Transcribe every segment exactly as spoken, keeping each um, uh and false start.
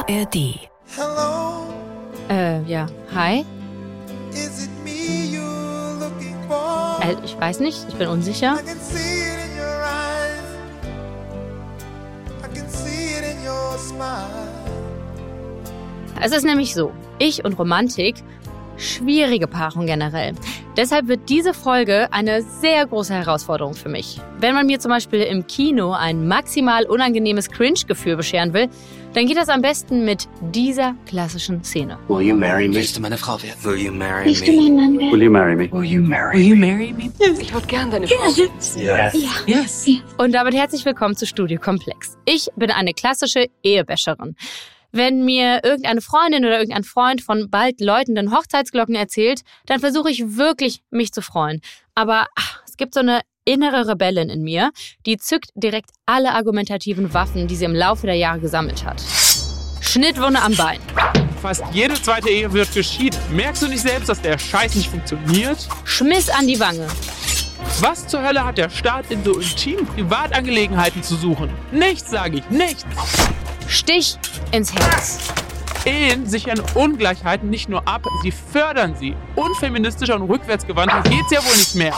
R D. Hello. Äh, ja. Hi? Is it me you're looking for? Äh, ich weiß nicht, ich bin unsicher. I can see it in your eyes. I can see it in your smile. Es ist nämlich so, ich und Romantik, schwierige Paarung generell. Deshalb wird diese Folge eine sehr große Herausforderung für mich. Wenn man mir zum Beispiel im Kino ein maximal unangenehmes Cringe-Gefühl bescheren will, dann geht das am besten mit dieser klassischen Szene. Will you marry me? Willst du meine Frau werden? Will you marry Willst du me? mein Mann werden? Will you marry me? Will you marry Will you marry me? Ich würde gern deine Frau. Yes. Yes. Und damit herzlich willkommen zu Studio Komplex. Ich bin eine klassische Ehebäscherin. Wenn mir irgendeine Freundin oder irgendein Freund von bald läutenden Hochzeitsglocken erzählt, dann versuche ich wirklich, mich zu freuen. Aber ach, es gibt so eine innere Rebellin in mir, die zückt direkt alle argumentativen Waffen, die sie im Laufe der Jahre gesammelt hat. Schnittwunde am Bein. Fast jede zweite Ehe wird geschieden. Merkst du nicht selbst, dass der Scheiß nicht funktioniert? Schmiss an die Wange. Was zur Hölle hat der Staat in so intimen Privatangelegenheiten zu suchen? Nichts, sage ich, nichts. Stich ins Herz. Ehen sichern Ungleichheiten nicht nur ab, sie fördern sie. Unfeministischer und rückwärtsgewandter geht's ja wohl nicht mehr.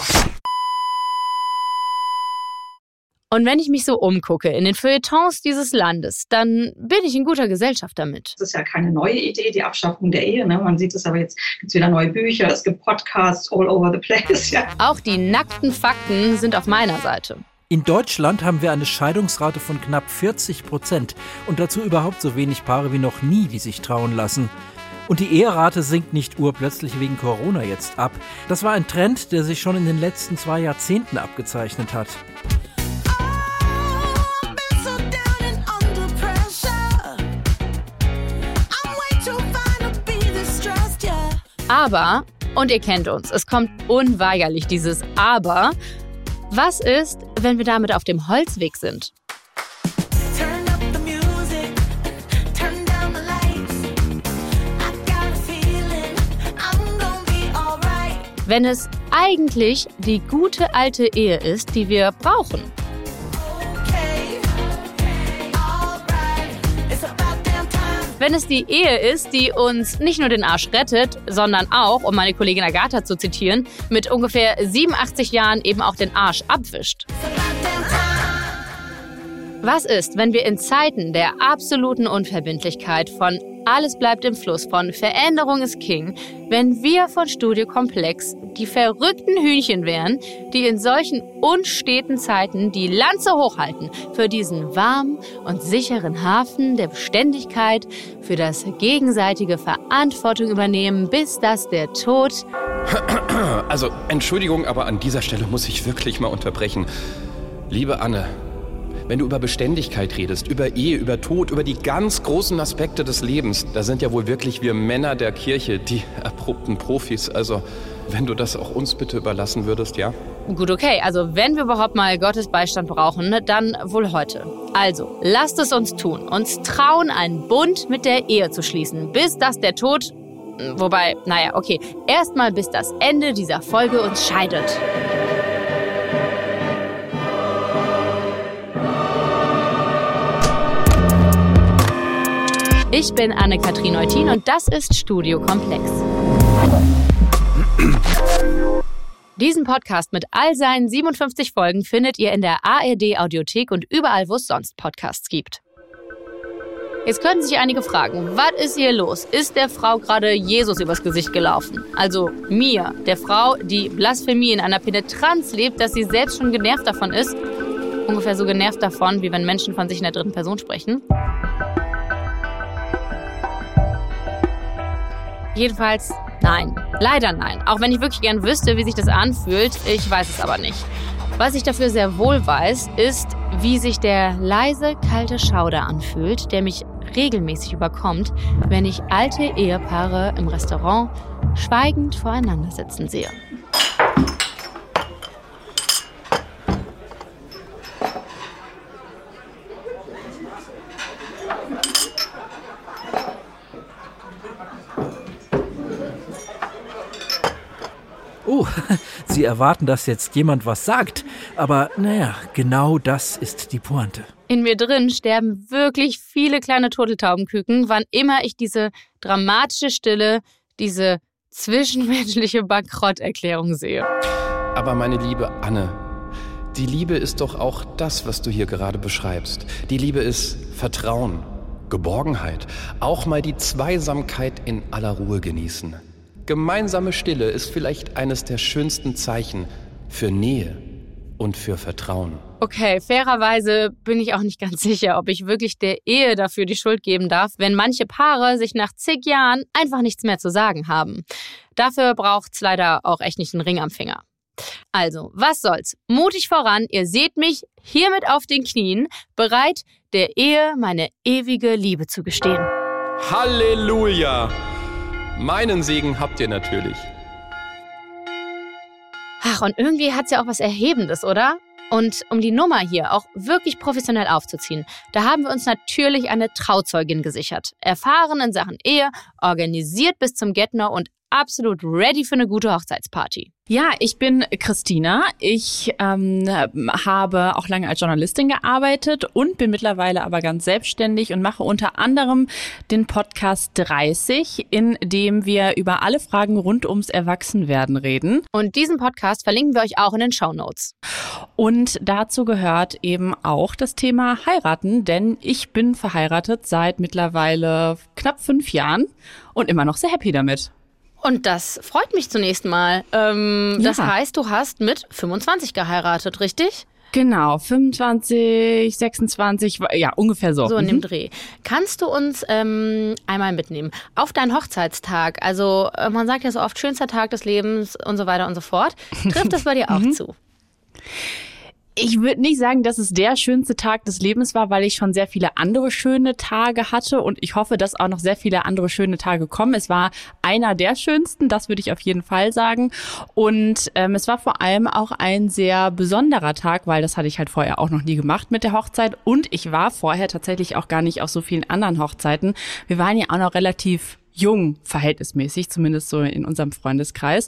Und wenn ich mich so umgucke in den Feuilletons dieses Landes, dann bin ich in guter Gesellschaft damit. Das ist ja keine neue Idee, die Abschaffung der Ehe. Ne? Man sieht es aber jetzt, gibt es wieder neue Bücher, es gibt Podcasts all over the place. Ja. Auch die nackten Fakten sind auf meiner Seite. In Deutschland haben wir eine Scheidungsrate von knapp vierzig Prozent und dazu überhaupt so wenig Paare wie noch nie, die sich trauen lassen. Und die Eherate sinkt nicht urplötzlich wegen Corona jetzt ab. Das war ein Trend, der sich schon in den letzten zwei Jahrzehnten abgezeichnet hat. Aber, und ihr kennt uns, es kommt unweigerlich dieses Aber. Was ist, wenn wir damit auf dem Holzweg sind? Wenn es eigentlich die gute alte Ehe ist, die wir brauchen. Wenn es die Ehe ist, die uns nicht nur den Arsch rettet, sondern auch, um meine Kollegin Agatha zu zitieren, mit ungefähr siebenundachtzig Jahren eben auch den Arsch abwischt. Was ist, wenn wir in Zeiten der absoluten Unverbindlichkeit, von alles bleibt im Fluss, von Veränderung ist King, wenn wir von Studio Komplex die verrückten Hühnchen wären, die in solchen unsteten Zeiten die Lanze hochhalten für diesen warmen und sicheren Hafen der Beständigkeit, für das gegenseitige Verantwortung übernehmen, bis dass der Tod... Also, Entschuldigung, aber an dieser Stelle muss ich wirklich mal unterbrechen. Liebe Anne, wenn du über Beständigkeit redest, über Ehe, über Tod, über die ganz großen Aspekte des Lebens, da sind ja wohl wirklich wir Männer der Kirche die erprobten Profis. Also, wenn du das auch uns bitte überlassen würdest, ja? Gut, okay, also wenn wir überhaupt mal Gottes Beistand brauchen, dann wohl heute. Also, lasst es uns tun, uns trauen, einen Bund mit der Ehe zu schließen, bis dass der Tod, wobei, naja, okay, erstmal bis das Ende dieser Folge uns scheidet. Ich bin Anne-Kathrin Eutin und das ist Studio Komplex. Diesen Podcast mit all seinen siebenundfünfzig Folgen findet ihr in der A R D-Audiothek und überall, wo es sonst Podcasts gibt. Jetzt könnten sich einige fragen, was ist hier los? Ist der Frau gerade Jesus übers Gesicht gelaufen? Also mir, der Frau, die Blasphemie in einer Penetranz lebt, dass sie selbst schon genervt davon ist. Ungefähr so genervt davon, wie wenn Menschen von sich in der dritten Person sprechen. Jedenfalls nein, leider nein. Auch wenn ich wirklich gern wüsste, wie sich das anfühlt, ich weiß es aber nicht. Was ich dafür sehr wohl weiß, ist, wie sich der leise, kalte Schauder anfühlt, der mich regelmäßig überkommt, wenn ich alte Ehepaare im Restaurant schweigend voreinander sitzen sehe. Oh, Sie erwarten, dass jetzt jemand was sagt. Aber naja, genau das ist die Pointe. In mir drin sterben wirklich viele kleine Turteltaubenküken, wann immer ich diese dramatische Stille, diese zwischenmenschliche Bankrotterklärung sehe. Aber meine liebe Anne, die Liebe ist doch auch das, was du hier gerade beschreibst. Die Liebe ist Vertrauen, Geborgenheit, auch mal die Zweisamkeit in aller Ruhe genießen. Gemeinsame Stille ist vielleicht eines der schönsten Zeichen für Nähe und für Vertrauen. Okay, fairerweise bin ich auch nicht ganz sicher, ob ich wirklich der Ehe dafür die Schuld geben darf, wenn manche Paare sich nach zig Jahren einfach nichts mehr zu sagen haben. Dafür braucht's leider auch echt nicht einen Ring am Finger. Also, was soll's? Mutig voran, ihr seht mich hiermit auf den Knien, bereit, der Ehe meine ewige Liebe zu gestehen. Halleluja! Meinen Segen habt ihr natürlich. Ach, und irgendwie hat's ja auch was Erhebendes, oder? Und um die Nummer hier auch wirklich professionell aufzuziehen, da haben wir uns natürlich eine Trauzeugin gesichert. Erfahren in Sachen Ehe, organisiert bis zum Get-No und absolut ready für eine gute Hochzeitsparty. Ja, ich bin Christina. Ich ähm, habe auch lange als Journalistin gearbeitet und bin mittlerweile aber ganz selbstständig und mache unter anderem den Podcast dreißig, in dem wir über alle Fragen rund ums Erwachsenwerden reden. Und diesen Podcast verlinken wir euch auch in den Shownotes. Und dazu gehört eben auch das Thema Heiraten, denn ich bin verheiratet seit mittlerweile knapp fünf Jahren und immer noch sehr happy damit. Und das freut mich zunächst mal. Ähm, Ja. Das heißt, du hast mit fünfundzwanzig geheiratet, richtig? Genau, fünfundzwanzig, sechsundzwanzig, ja, ungefähr so. So in dem Mhm. Dreh. Kannst du uns ähm, einmal mitnehmen auf deinen Hochzeitstag? Also äh, man sagt ja so oft, schönster Tag des Lebens und so weiter und so fort. Trifft das bei dir auch zu? Ich würde nicht sagen, dass es der schönste Tag des Lebens war, weil ich schon sehr viele andere schöne Tage hatte und ich hoffe, dass auch noch sehr viele andere schöne Tage kommen. Es war einer der schönsten, das würde ich auf jeden Fall sagen. Und ähm, es war vor allem auch ein sehr besonderer Tag, weil das hatte ich halt vorher auch noch nie gemacht mit der Hochzeit. Und ich war vorher tatsächlich auch gar nicht auf so vielen anderen Hochzeiten. Wir waren ja auch noch relativ jung, verhältnismäßig, zumindest so in unserem Freundeskreis.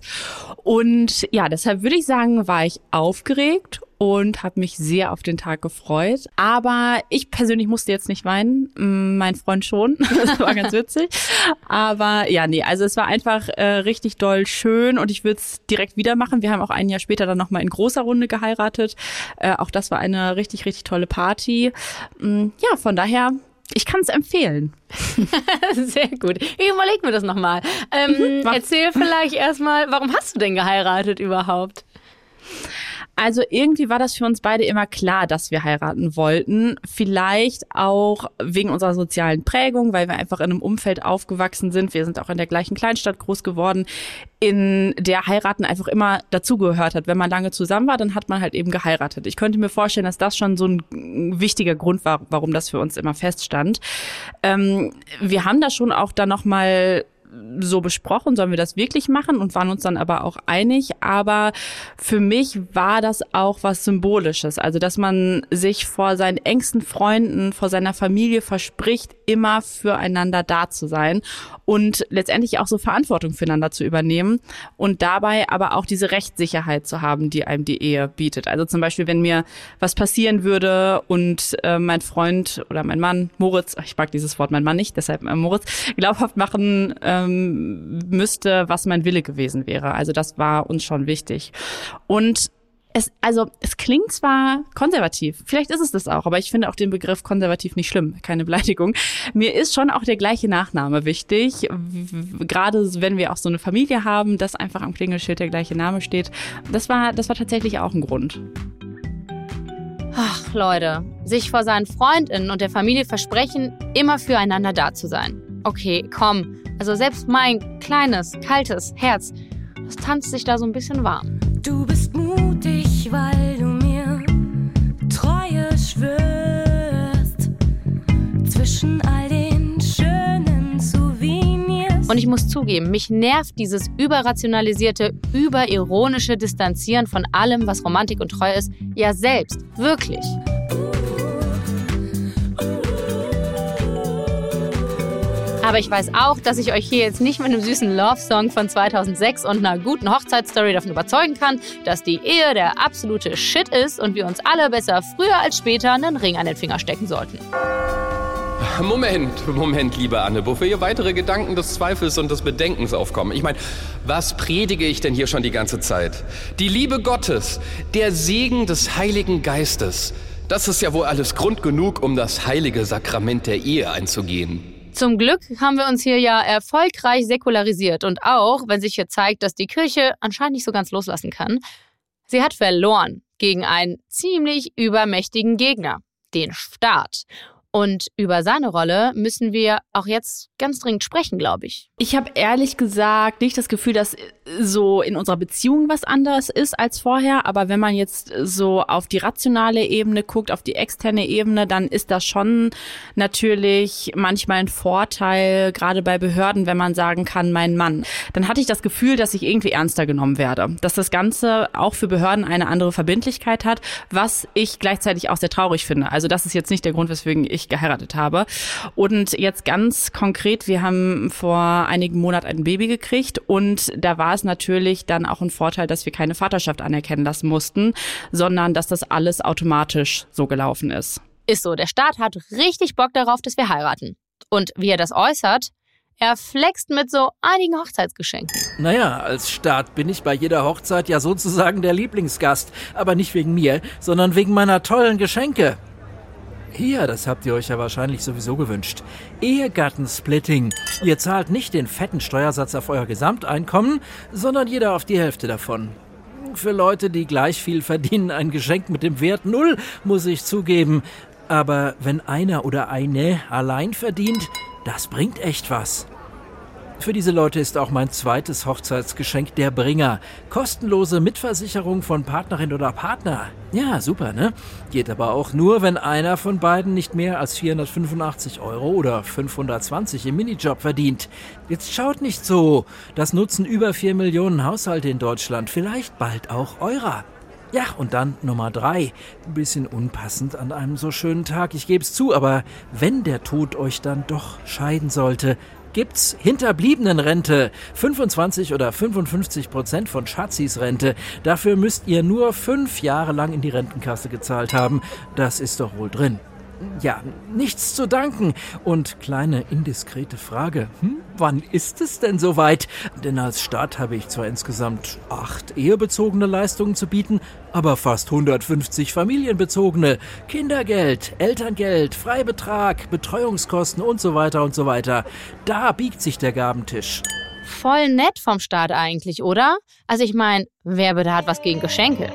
Und ja, deshalb würde ich sagen, war ich aufgeregt und habe mich sehr auf den Tag gefreut. Aber ich persönlich musste jetzt nicht weinen, mein Freund schon. Das war ganz witzig. Aber ja, nee, also es war einfach äh, richtig doll schön und ich würde es direkt wieder machen. Wir haben auch ein Jahr später dann nochmal in großer Runde geheiratet. Äh, auch das war eine richtig, richtig tolle Party. Ja, von daher, ich kann es empfehlen. Sehr gut. Ich überleg mir das nochmal. Ähm, mach. erzähl vielleicht erstmal, warum hast du denn geheiratet überhaupt? Also irgendwie war das für uns beide immer klar, dass wir heiraten wollten. Vielleicht auch wegen unserer sozialen Prägung, weil wir einfach in einem Umfeld aufgewachsen sind. Wir sind auch in der gleichen Kleinstadt groß geworden, in der Heiraten einfach immer dazugehört hat. Wenn man lange zusammen war, dann hat man halt eben geheiratet. Ich könnte mir vorstellen, dass das schon so ein wichtiger Grund war, warum das für uns immer feststand. Ähm, wir haben da schon auch dann nochmal so besprochen, sollen wir das wirklich machen und waren uns dann aber auch einig. Aber für mich war das auch was Symbolisches. Also, dass man sich vor seinen engsten Freunden, vor seiner Familie verspricht, immer füreinander da zu sein und letztendlich auch so Verantwortung füreinander zu übernehmen und dabei aber auch diese Rechtssicherheit zu haben, die einem die Ehe bietet. Also zum Beispiel, wenn mir was passieren würde und äh, mein Freund oder mein Mann, Moritz, ich mag dieses Wort mein Mann nicht, deshalb äh, Moritz, glaubhaft machen ähm, müsste, was mein Wille gewesen wäre. Also das war uns schon wichtig. Und es, also es klingt zwar konservativ, vielleicht ist es das auch, aber ich finde auch den Begriff konservativ nicht schlimm, keine Beleidigung. Mir ist schon auch der gleiche Nachname wichtig, w- gerade wenn wir auch so eine Familie haben, dass einfach am Klingelschild der gleiche Name steht. Das war, das war tatsächlich auch ein Grund. Ach, Leute, sich vor seinen FreundInnen und der Familie versprechen, immer füreinander da zu sein. Okay, komm, also selbst mein kleines, kaltes Herz, das tanzt sich da so ein bisschen warm. Du bist mutig, weil du mir Treue schwörst. Zwischen all den schönen Souvenirs. Und ich muss zugeben, mich nervt dieses überrationalisierte, überironische Distanzieren von allem, was Romantik und Treue ist, ja selbst, wirklich. Aber Aber ich weiß auch, dass ich euch hier jetzt nicht mit einem süßen Love-Song von zweitausendsechs und einer guten Hochzeitsstory davon überzeugen kann, dass die Ehe der absolute Shit ist und wir uns alle besser früher als später einen Ring an den Finger stecken sollten. Moment, Moment, liebe Anne, wofür hier weitere Gedanken des Zweifels und des Bedenkens aufkommen. Ich meine, was predige ich denn hier schon die ganze Zeit? Die Liebe Gottes, der Segen des Heiligen Geistes. Das ist ja wohl alles Grund genug, um das heilige Sakrament der Ehe einzugehen. Zum Glück haben wir uns hier ja erfolgreich säkularisiert. Und auch, wenn sich hier zeigt, dass die Kirche anscheinend nicht so ganz loslassen kann, sie hat verloren gegen einen ziemlich übermächtigen Gegner, den Staat. Und über seine Rolle müssen wir auch jetzt ganz dringend sprechen, glaube ich. Ich habe ehrlich gesagt nicht das Gefühl, dass so in unserer Beziehung was anderes ist als vorher. Aber wenn man jetzt so auf die rationale Ebene guckt, auf die externe Ebene, dann ist das schon natürlich manchmal ein Vorteil, gerade bei Behörden, wenn man sagen kann, mein Mann. Dann hatte ich das Gefühl, dass ich irgendwie ernster genommen werde. Dass das Ganze auch für Behörden eine andere Verbindlichkeit hat, was ich gleichzeitig auch sehr traurig finde. Also das ist jetzt nicht der Grund, weswegen ich geheiratet habe. Und jetzt ganz konkret, wir haben vor einigen Monaten ein Baby gekriegt und da war es natürlich dann auch ein Vorteil, dass wir keine Vaterschaft anerkennen lassen mussten, sondern dass das alles automatisch so gelaufen ist. Ist so, der Staat hat richtig Bock darauf, dass wir heiraten. Und wie er das äußert, er flext mit so einigen Hochzeitsgeschenken. Naja, als Staat bin ich bei jeder Hochzeit ja sozusagen der Lieblingsgast. Aber nicht wegen mir, sondern wegen meiner tollen Geschenke. Hier, das habt ihr euch ja wahrscheinlich sowieso gewünscht. Ehegattensplitting. Ihr zahlt nicht den fetten Steuersatz auf euer Gesamteinkommen, sondern jeder auf die Hälfte davon. Für Leute, die gleich viel verdienen, ein Geschenk mit dem Wert null, muss ich zugeben. Aber wenn einer oder eine allein verdient, das bringt echt was. Für diese Leute ist auch mein zweites Hochzeitsgeschenk der Bringer. Kostenlose Mitversicherung von Partnerin oder Partner. Ja, super, ne? Geht aber auch nur, wenn einer von beiden nicht mehr als vierhundertfünfundachtzig Euro oder fünfhundertzwanzig im Minijob verdient. Jetzt schaut nicht so. Das nutzen über vier Millionen Haushalte in Deutschland. Vielleicht bald auch eurer. Ja, und dann Nummer drei. Ein bisschen unpassend an einem so schönen Tag, ich gebe es zu, aber wenn der Tod euch dann doch scheiden sollte, gibt's Hinterbliebenenrente. fünfundzwanzig oder fünfundfünfzig Prozent von Schatzis Rente. Dafür müsst ihr nur fünf Jahre lang in die Rentenkasse gezahlt haben. Das ist doch wohl drin. Ja, nichts zu danken. Und kleine indiskrete Frage. Hm, wann ist es denn soweit? Denn als Staat habe ich zwar insgesamt acht ehebezogene Leistungen zu bieten, aber fast hundertfünfzig familienbezogene. Kindergeld, Elterngeld, Freibetrag, Betreuungskosten und so weiter und so weiter. Da biegt sich der Gabentisch. Voll nett vom Staat eigentlich, oder? Also ich meine, wer bitte hat was gegen Geschenke?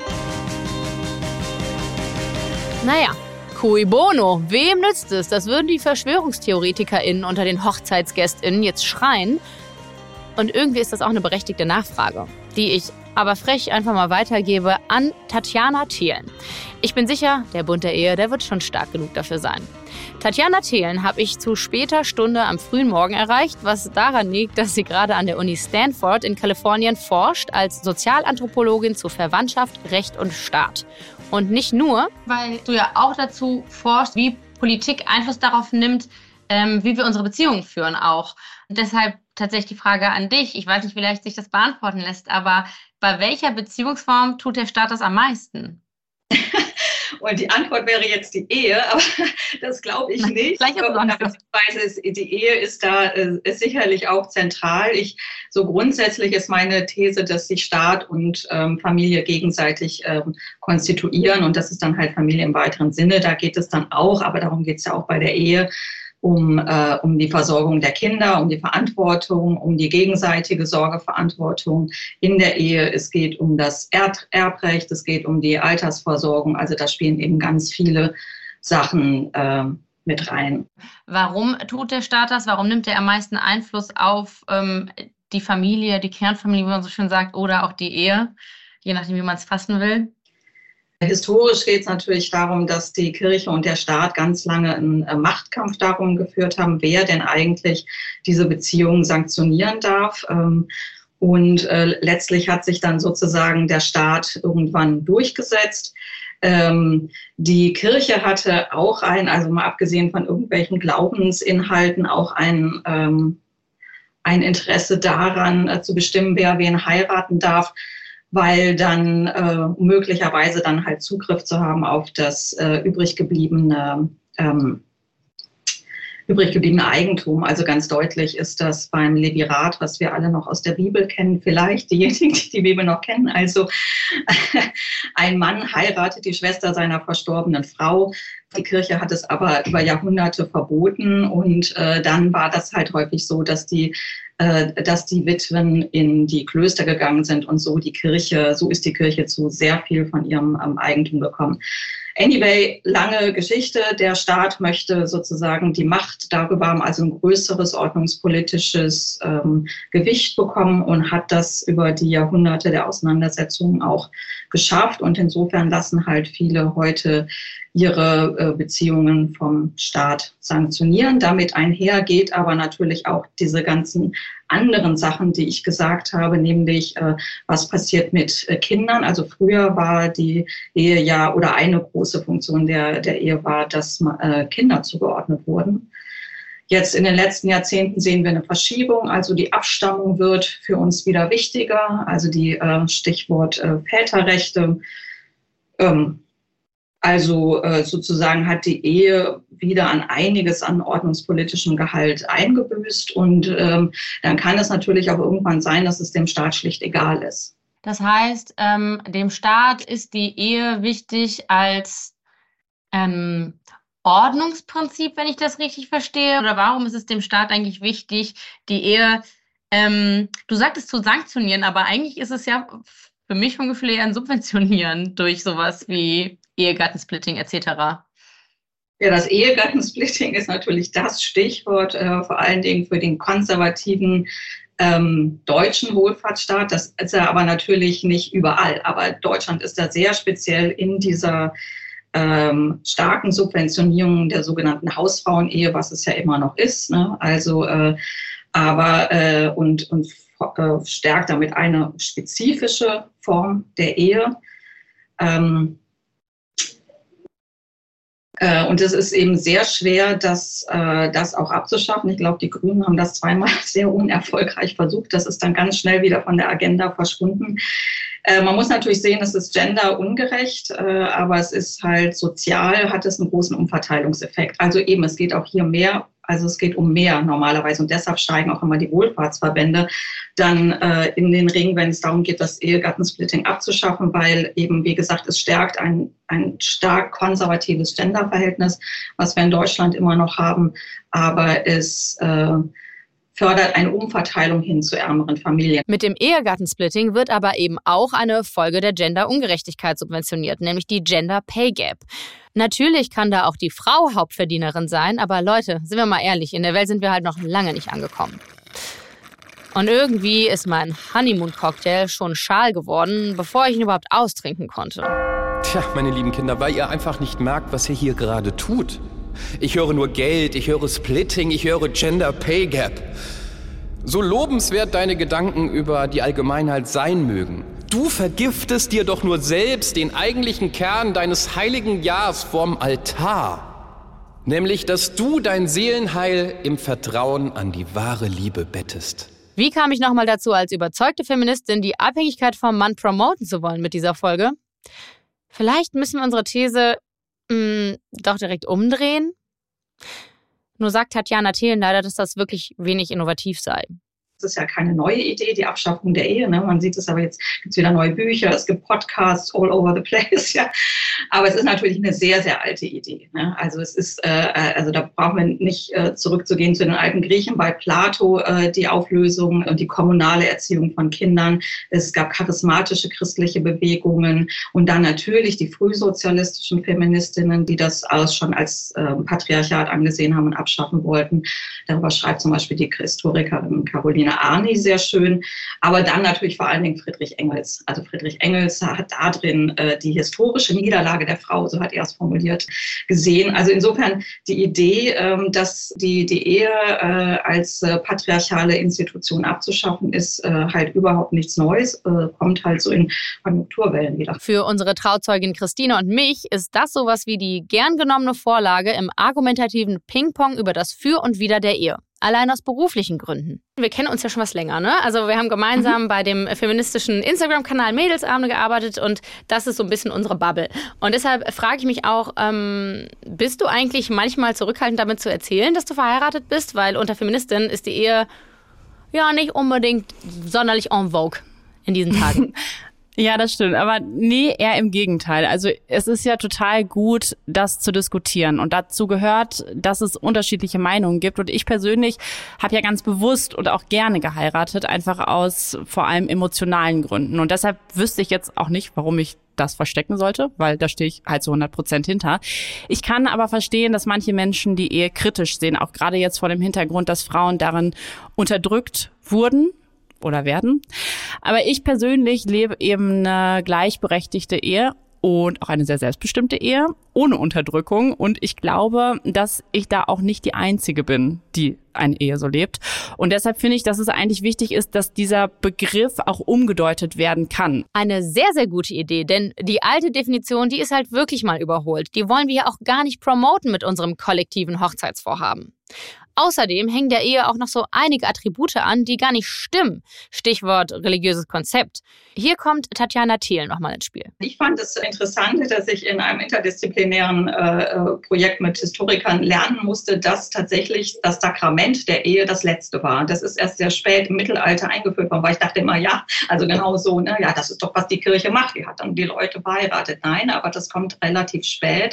Naja. Cui bono, wem nützt es? Das würden die VerschwörungstheoretikerInnen unter den HochzeitsgästInnen jetzt schreien. Und irgendwie ist das auch eine berechtigte Nachfrage, die ich aber frech einfach mal weitergebe an Tatjana Thelen. Ich bin sicher, der Bund der Ehe, der wird schon stark genug dafür sein. Tatjana Thelen habe ich zu später Stunde am frühen Morgen erreicht, was daran liegt, dass sie gerade an der Uni Stanford in Kalifornien forscht als Sozialanthropologin zu Verwandtschaft, Recht und Staat. Und nicht nur, weil du ja auch dazu forschst, wie Politik Einfluss darauf nimmt, ähm, wie wir unsere Beziehungen führen auch. Und deshalb tatsächlich die Frage an dich. Ich weiß nicht, wie leicht sich das beantworten lässt, aber bei welcher Beziehungsform tut der Staat das am meisten? Und die Antwort wäre jetzt die Ehe, aber das glaube ich nicht. Vielleicht Beziehungsweise die Ehe ist da ist sicherlich auch zentral. Ich, so grundsätzlich ist meine These, dass sich Staat und ähm, Familie gegenseitig ähm, konstituieren und das ist dann halt Familie im weiteren Sinne. Da geht es dann auch, aber darum geht es ja auch bei der Ehe, um, äh, um die Versorgung der Kinder, um die Verantwortung, um die gegenseitige Sorgeverantwortung in der Ehe. Es geht um das Erb- Erbrecht, es geht um die Altersversorgung. Also da spielen eben ganz viele Sachen äh, mit rein. Warum tut der Staat das? Warum nimmt er am meisten Einfluss auf ähm, die Familie, die Kernfamilie, wie man so schön sagt, oder auch die Ehe, je nachdem, wie man es fassen will? Historisch geht es natürlich darum, dass die Kirche und der Staat ganz lange einen Machtkampf darum geführt haben, wer denn eigentlich diese Beziehungen sanktionieren darf. Und letztlich hat sich dann sozusagen der Staat irgendwann durchgesetzt. Ähm, die Kirche hatte auch ein, also mal abgesehen von irgendwelchen Glaubensinhalten, auch ein, ähm, ein Interesse daran, äh, zu bestimmen, wer wen heiraten darf, weil dann äh, möglicherweise dann halt Zugriff zu haben auf das äh, übrig gebliebene ähm, übrig gebliebene Eigentum. Also ganz deutlich ist das beim Levirat, was wir alle noch aus der Bibel kennen, vielleicht diejenigen, die die Bibel noch kennen. Also ein Mann heiratet die Schwester seiner verstorbenen Frau. Die Kirche hat es aber über Jahrhunderte verboten und äh, dann war das halt häufig so, dass die äh, dass die Witwen in die Klöster gegangen sind und so die Kirche, so ist die Kirche zu sehr viel von ihrem ähm, Eigentum gekommen. Anyway, lange Geschichte. Der Staat möchte sozusagen die Macht darüber haben, also ein größeres ordnungspolitisches ähm, Gewicht bekommen und hat das über die Jahrhunderte der Auseinandersetzungen auch geschafft. Und insofern lassen halt viele heute ihre äh, Beziehungen vom Staat sanktionieren. Damit einher geht aber natürlich auch diese ganzen anderen Sachen, die ich gesagt habe, nämlich äh, was passiert mit äh, Kindern. Also früher war die Ehe ja, oder eine große Funktion der, der Ehe war, dass äh, Kinder zugeordnet wurden. Jetzt in den letzten Jahrzehnten sehen wir eine Verschiebung, also die Abstammung wird für uns wieder wichtiger, also die äh, Stichwort äh, Väterrechte. Ähm, Also äh, sozusagen hat die Ehe wieder an einiges an ordnungspolitischem Gehalt eingebüßt. Und ähm, dann kann es natürlich auch irgendwann sein, dass es dem Staat schlicht egal ist. Das heißt, ähm, dem Staat ist die Ehe wichtig als ähm, Ordnungsprinzip, wenn ich das richtig verstehe? Oder warum ist es dem Staat eigentlich wichtig, die Ehe, ähm, du sagtest zu sanktionieren, aber eigentlich ist es ja für mich vom Gefühl eher ein Subventionieren durch sowas wie Ehegattensplitting et cetera. Ja, das Ehegattensplitting ist natürlich das Stichwort, äh, vor allen Dingen für den konservativen ähm, deutschen Wohlfahrtsstaat. Das ist ja aber natürlich nicht überall. Aber Deutschland ist da sehr speziell in dieser ähm, starken Subventionierung der sogenannten Hausfrauenehe, was es ja immer noch ist. Ne? Also, äh, aber äh, und, und äh, stärkt damit eine spezifische Form der Ehe. Ähm, Und es ist eben sehr schwer, das, äh, das auch abzuschaffen. Ich glaube, die Grünen haben das zweimal sehr unerfolgreich versucht. Das ist dann ganz schnell wieder von der Agenda verschwunden. Äh, man muss natürlich sehen, es ist genderungerecht, äh, aber es ist halt sozial, hat es einen großen Umverteilungseffekt. Also eben, es geht auch hier mehr, also es geht um mehr normalerweise. Und deshalb steigen auch immer die Wohlfahrtsverbände dann äh, in den Ring, wenn es darum geht, das Ehegattensplitting abzuschaffen, weil eben, wie gesagt, es stärkt ein, ein stark konservatives Genderverhältnis, was wir in Deutschland immer noch haben, aber es äh, fördert eine Umverteilung hin zu ärmeren Familien. Mit dem Ehegattensplitting wird aber eben auch eine Folge der Genderungerechtigkeit subventioniert, nämlich die Gender Pay Gap. Natürlich kann da auch die Frau Hauptverdienerin sein, aber Leute, sind wir mal ehrlich, in der Welt sind wir halt noch lange nicht angekommen. Und irgendwie ist mein Honeymoon-Cocktail schon schal geworden, bevor ich ihn überhaupt austrinken konnte. Tja, meine lieben Kinder, weil ihr einfach nicht merkt, was ihr hier gerade tut. Ich höre nur Geld, ich höre Splitting, ich höre Gender Pay Gap. So lobenswert deine Gedanken über die Allgemeinheit sein mögen. Du vergiftest dir doch nur selbst den eigentlichen Kern deines heiligen Jahrs vorm Altar. Nämlich, dass du dein Seelenheil im Vertrauen an die wahre Liebe bettest. Wie kam ich nochmal dazu, als überzeugte Feministin die Abhängigkeit vom Mann promoten zu wollen mit dieser Folge? Vielleicht müssen wir unsere These mh, doch direkt umdrehen. Nur sagt Tatjana Thelen leider, dass das wirklich wenig innovativ sei. Das ist ja keine neue Idee, die Abschaffung der Ehe. Ne? Man sieht es aber jetzt, gibt es wieder neue Bücher, es gibt Podcasts all over the place. Ja. Aber es ist natürlich eine sehr, sehr alte Idee. Ne? Also es ist, äh, also da brauchen wir nicht äh, zurückzugehen zu den alten Griechen. Bei Plato äh, die Auflösung und die kommunale Erziehung von Kindern. Es gab charismatische christliche Bewegungen und dann natürlich die frühsozialistischen Feministinnen, die das alles schon als äh, Patriarchat angesehen haben und abschaffen wollten. Darüber schreibt zum Beispiel die Historikerin Carolina Heine Arni sehr schön, aber dann natürlich vor allen Dingen Friedrich Engels. Also Friedrich Engels hat da drin äh, die historische Niederlage der Frau, so hat er es formuliert, gesehen. Also insofern die Idee, ähm, dass die, die Ehe äh, als äh, patriarchale Institution abzuschaffen ist, äh, halt überhaupt nichts Neues, äh, kommt halt so in Konjunkturwellen wieder. Für unsere Trauzeugin Christine und mich ist das sowas wie die gern genommene Vorlage im argumentativen Ping-Pong über das Für und Wider der Ehe. Allein aus beruflichen Gründen. Wir kennen uns ja schon was länger, ne? Also wir haben gemeinsam mhm. bei dem feministischen Instagram-Kanal Mädelsabende gearbeitet und das ist so ein bisschen unsere Bubble. Und deshalb frage ich mich auch, ähm, bist du eigentlich manchmal zurückhaltend damit zu erzählen, dass du verheiratet bist? Weil unter Feministinnen ist die Ehe ja nicht unbedingt sonderlich en vogue in diesen Tagen. Ja, das stimmt. Aber nee, eher im Gegenteil. Also es ist ja total gut, das zu diskutieren. Und dazu gehört, dass es unterschiedliche Meinungen gibt. Und ich persönlich habe ja ganz bewusst und auch gerne geheiratet, einfach aus vor allem emotionalen Gründen. Und deshalb wüsste ich jetzt auch nicht, warum ich das verstecken sollte, weil da stehe ich halt zu hundert Prozent hinter. Ich kann aber verstehen, dass manche Menschen die Ehe kritisch sehen, auch gerade jetzt vor dem Hintergrund, dass Frauen darin unterdrückt wurden oder werden. Aber ich persönlich lebe eben eine gleichberechtigte Ehe und auch eine sehr selbstbestimmte Ehe ohne Unterdrückung. Und ich glaube, dass ich da auch nicht die Einzige bin, die eine Ehe so lebt. Und deshalb finde ich, dass es eigentlich wichtig ist, dass dieser Begriff auch umgedeutet werden kann. Eine sehr, sehr gute Idee, denn die alte Definition, die ist halt wirklich mal überholt. Die wollen wir ja auch gar nicht promoten mit unserem kollektiven Hochzeitsvorhaben. Außerdem hängen der Ehe auch noch so einige Attribute an, die gar nicht stimmen. Stichwort religiöses Konzept. Hier kommt Tatjana Thiel nochmal ins Spiel. Ich fand es interessant, dass ich in einem interdisziplinären äh, Projekt mit Historikern lernen musste, dass tatsächlich das Sakrament der Ehe das letzte war. Das ist erst sehr spät im Mittelalter eingeführt worden, weil ich dachte immer, ja, also genau so, ne, ja, das ist doch, was die Kirche macht. Die hat dann die Leute verheiratet. Nein, aber das kommt relativ spät.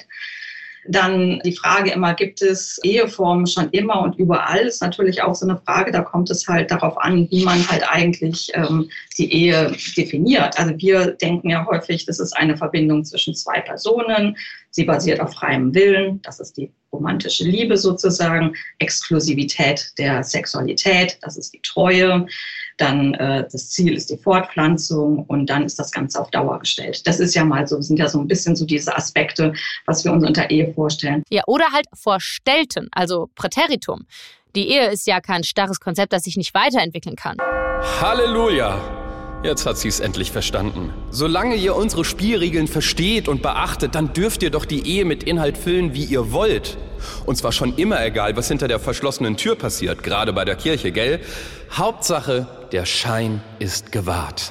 Dann die Frage immer, gibt es Eheformen schon immer und überall, ist natürlich auch so eine Frage, da kommt es halt darauf an, wie man halt eigentlich ähm, die Ehe definiert. Also wir denken ja häufig, das ist eine Verbindung zwischen zwei Personen, sie basiert auf freiem Willen, das ist die romantische Liebe sozusagen, Exklusivität der Sexualität, das ist die Treue. Dann äh, das Ziel ist die Fortpflanzung und dann ist das Ganze auf Dauer gestellt. Das ist ja mal so, sind ja so ein bisschen so diese Aspekte, was wir uns unter Ehe vorstellen. Ja, oder halt vorstellten, also Präteritum. Die Ehe ist ja kein starres Konzept, das sich nicht weiterentwickeln kann. Halleluja! Jetzt hat sie es endlich verstanden. Solange ihr unsere Spielregeln versteht und beachtet, dann dürft ihr doch die Ehe mit Inhalt füllen, wie ihr wollt. Und zwar schon immer egal, was hinter der verschlossenen Tür passiert, gerade bei der Kirche, gell? Hauptsache, der Schein ist gewahrt.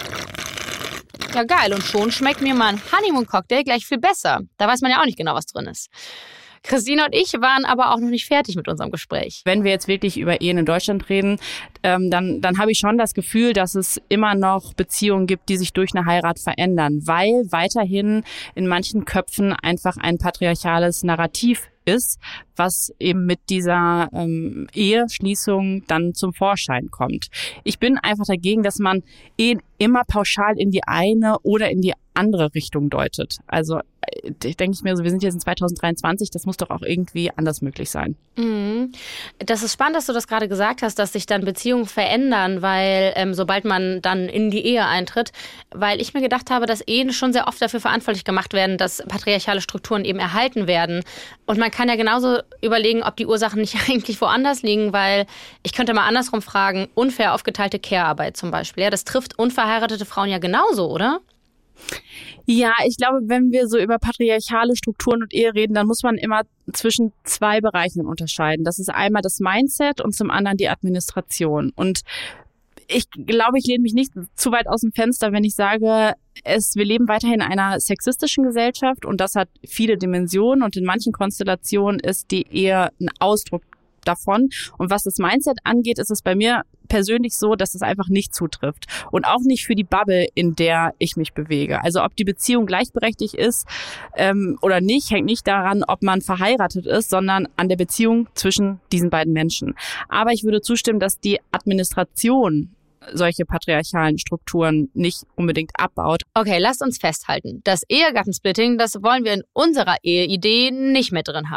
Ja, geil. Und schon schmeckt mir mein Honeymoon-Cocktail gleich viel besser. Da weiß man ja auch nicht genau, was drin ist. Christine und ich waren aber auch noch nicht fertig mit unserem Gespräch. Wenn wir jetzt wirklich über Ehen in Deutschland reden, ähm, dann, dann habe ich schon das Gefühl, dass es immer noch Beziehungen gibt, die sich durch eine Heirat verändern, weil weiterhin in manchen Köpfen einfach ein patriarchales Narrativ ist, was eben mit dieser ähm, Eheschließung dann zum Vorschein kommt. Ich bin einfach dagegen, dass man Ehen immer pauschal in die eine oder in die andere Richtung deutet. Also ich denke ich mir so, wir sind jetzt in zwanzig dreiundzwanzig, das muss doch auch irgendwie anders möglich sein. Mhm. Das ist spannend, dass du das gerade gesagt hast, dass sich dann Beziehungen verändern, weil ähm, sobald man dann in die Ehe eintritt, weil ich mir gedacht habe, dass Ehen schon sehr oft dafür verantwortlich gemacht werden, dass patriarchale Strukturen eben erhalten werden. Und man kann ja genauso überlegen, ob die Ursachen nicht eigentlich woanders liegen, weil ich könnte mal andersrum fragen, unfair aufgeteilte Care-Arbeit zum Beispiel. Ja, das trifft unverheiratete Frauen ja genauso, oder? Ja, ich glaube, wenn wir so über patriarchale Strukturen und Ehe reden, dann muss man immer zwischen zwei Bereichen unterscheiden. Das ist einmal das Mindset und zum anderen die Administration. Und ich glaube, ich lehne mich nicht zu weit aus dem Fenster, wenn ich sage, es, wir leben weiterhin in einer sexistischen Gesellschaft und das hat viele Dimensionen und in manchen Konstellationen ist die Ehe ein Ausdruck davon. Und was das Mindset angeht, ist es bei mir persönlich so, dass es einfach nicht zutrifft. Und auch nicht für die Bubble, in der ich mich bewege. Also ob die Beziehung gleichberechtigt ist ähm, oder nicht, hängt nicht daran, ob man verheiratet ist, sondern an der Beziehung zwischen diesen beiden Menschen. Aber ich würde zustimmen, dass die Administration solche patriarchalen Strukturen nicht unbedingt abbaut. Okay, lasst uns festhalten. Das Ehegattensplitting, das wollen wir in unserer Eheidee nicht mehr drin haben.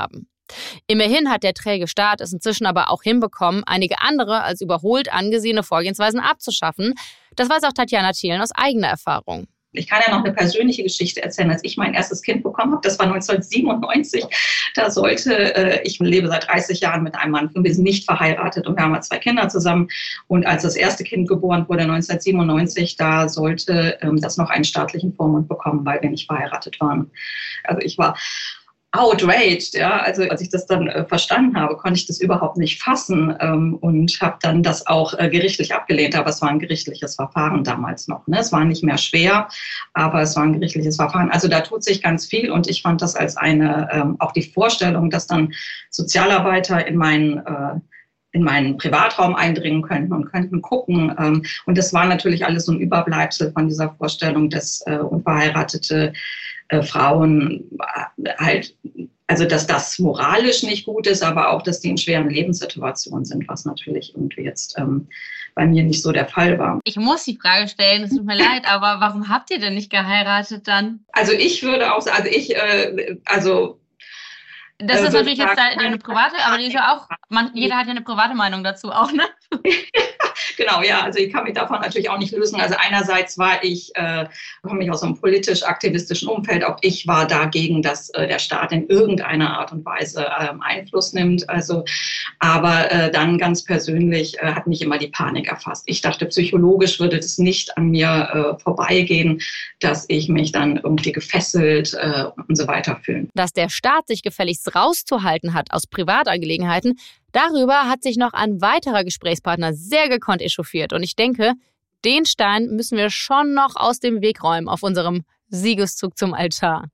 Immerhin hat der träge Staat es inzwischen aber auch hinbekommen, einige andere als überholt angesehene Vorgehensweisen abzuschaffen. Das weiß auch Tatjana Thelen aus eigener Erfahrung. Ich kann ja noch eine persönliche Geschichte erzählen. Als ich mein erstes Kind bekommen habe, das war neunzehnhundertsiebenundneunzig, da sollte, äh, ich lebe seit dreißig Jahren mit einem Mann und wir sind nicht verheiratet und wir haben zwei Kinder zusammen. Und als das erste Kind geboren wurde, neunzehnhundertsiebenundneunzig, da sollte ähm, das noch einen staatlichen Vormund bekommen, weil wir nicht verheiratet waren. Also ich war outraged, ja, also als ich das dann äh, verstanden habe, konnte ich das überhaupt nicht fassen ähm, und habe dann das auch äh, gerichtlich abgelehnt, aber es war ein gerichtliches Verfahren damals noch, ne? Es war nicht mehr schwer, aber es war ein gerichtliches Verfahren. Also da tut sich ganz viel und ich fand das als eine, ähm, auch die Vorstellung, dass dann Sozialarbeiter in meinen äh, in meinen Privatraum eindringen könnten und könnten gucken. Ähm, und das war natürlich alles so ein Überbleibsel von dieser Vorstellung, dass äh, unverheiratete äh, Frauen äh, halt, also dass das moralisch nicht gut ist, aber auch, dass die in schweren Lebenssituationen sind, was natürlich irgendwie jetzt ähm, bei mir nicht so der Fall war. Ich muss die Frage stellen, es tut mir leid, aber warum habt ihr denn nicht geheiratet dann? Also ich würde auch sagen, also ich, äh, also Das ist natürlich jetzt eine private, aber die ist ja auch, man, jeder hat ja eine private Meinung dazu auch, ne? Genau, ja, also ich kann mich davon natürlich auch nicht lösen. Also einerseits war ich, äh, komme ich aus einem politisch-aktivistischen Umfeld, auch ich war dagegen, dass äh, der Staat in irgendeiner Art und Weise äh, Einfluss nimmt. Also, aber äh, dann ganz persönlich äh, hat mich immer die Panik erfasst. Ich dachte, psychologisch würde das nicht an mir äh, vorbeigehen, dass ich mich dann irgendwie gefesselt äh, und so weiter fühle. Dass der Staat sich gefälligst rauszuhalten hat aus Privatangelegenheiten, darüber hat sich noch ein weiterer Gesprächspartner sehr gekonnt echauffiert. Und ich denke, den Stein müssen wir schon noch aus dem Weg räumen auf unserem Siegeszug zum Altar.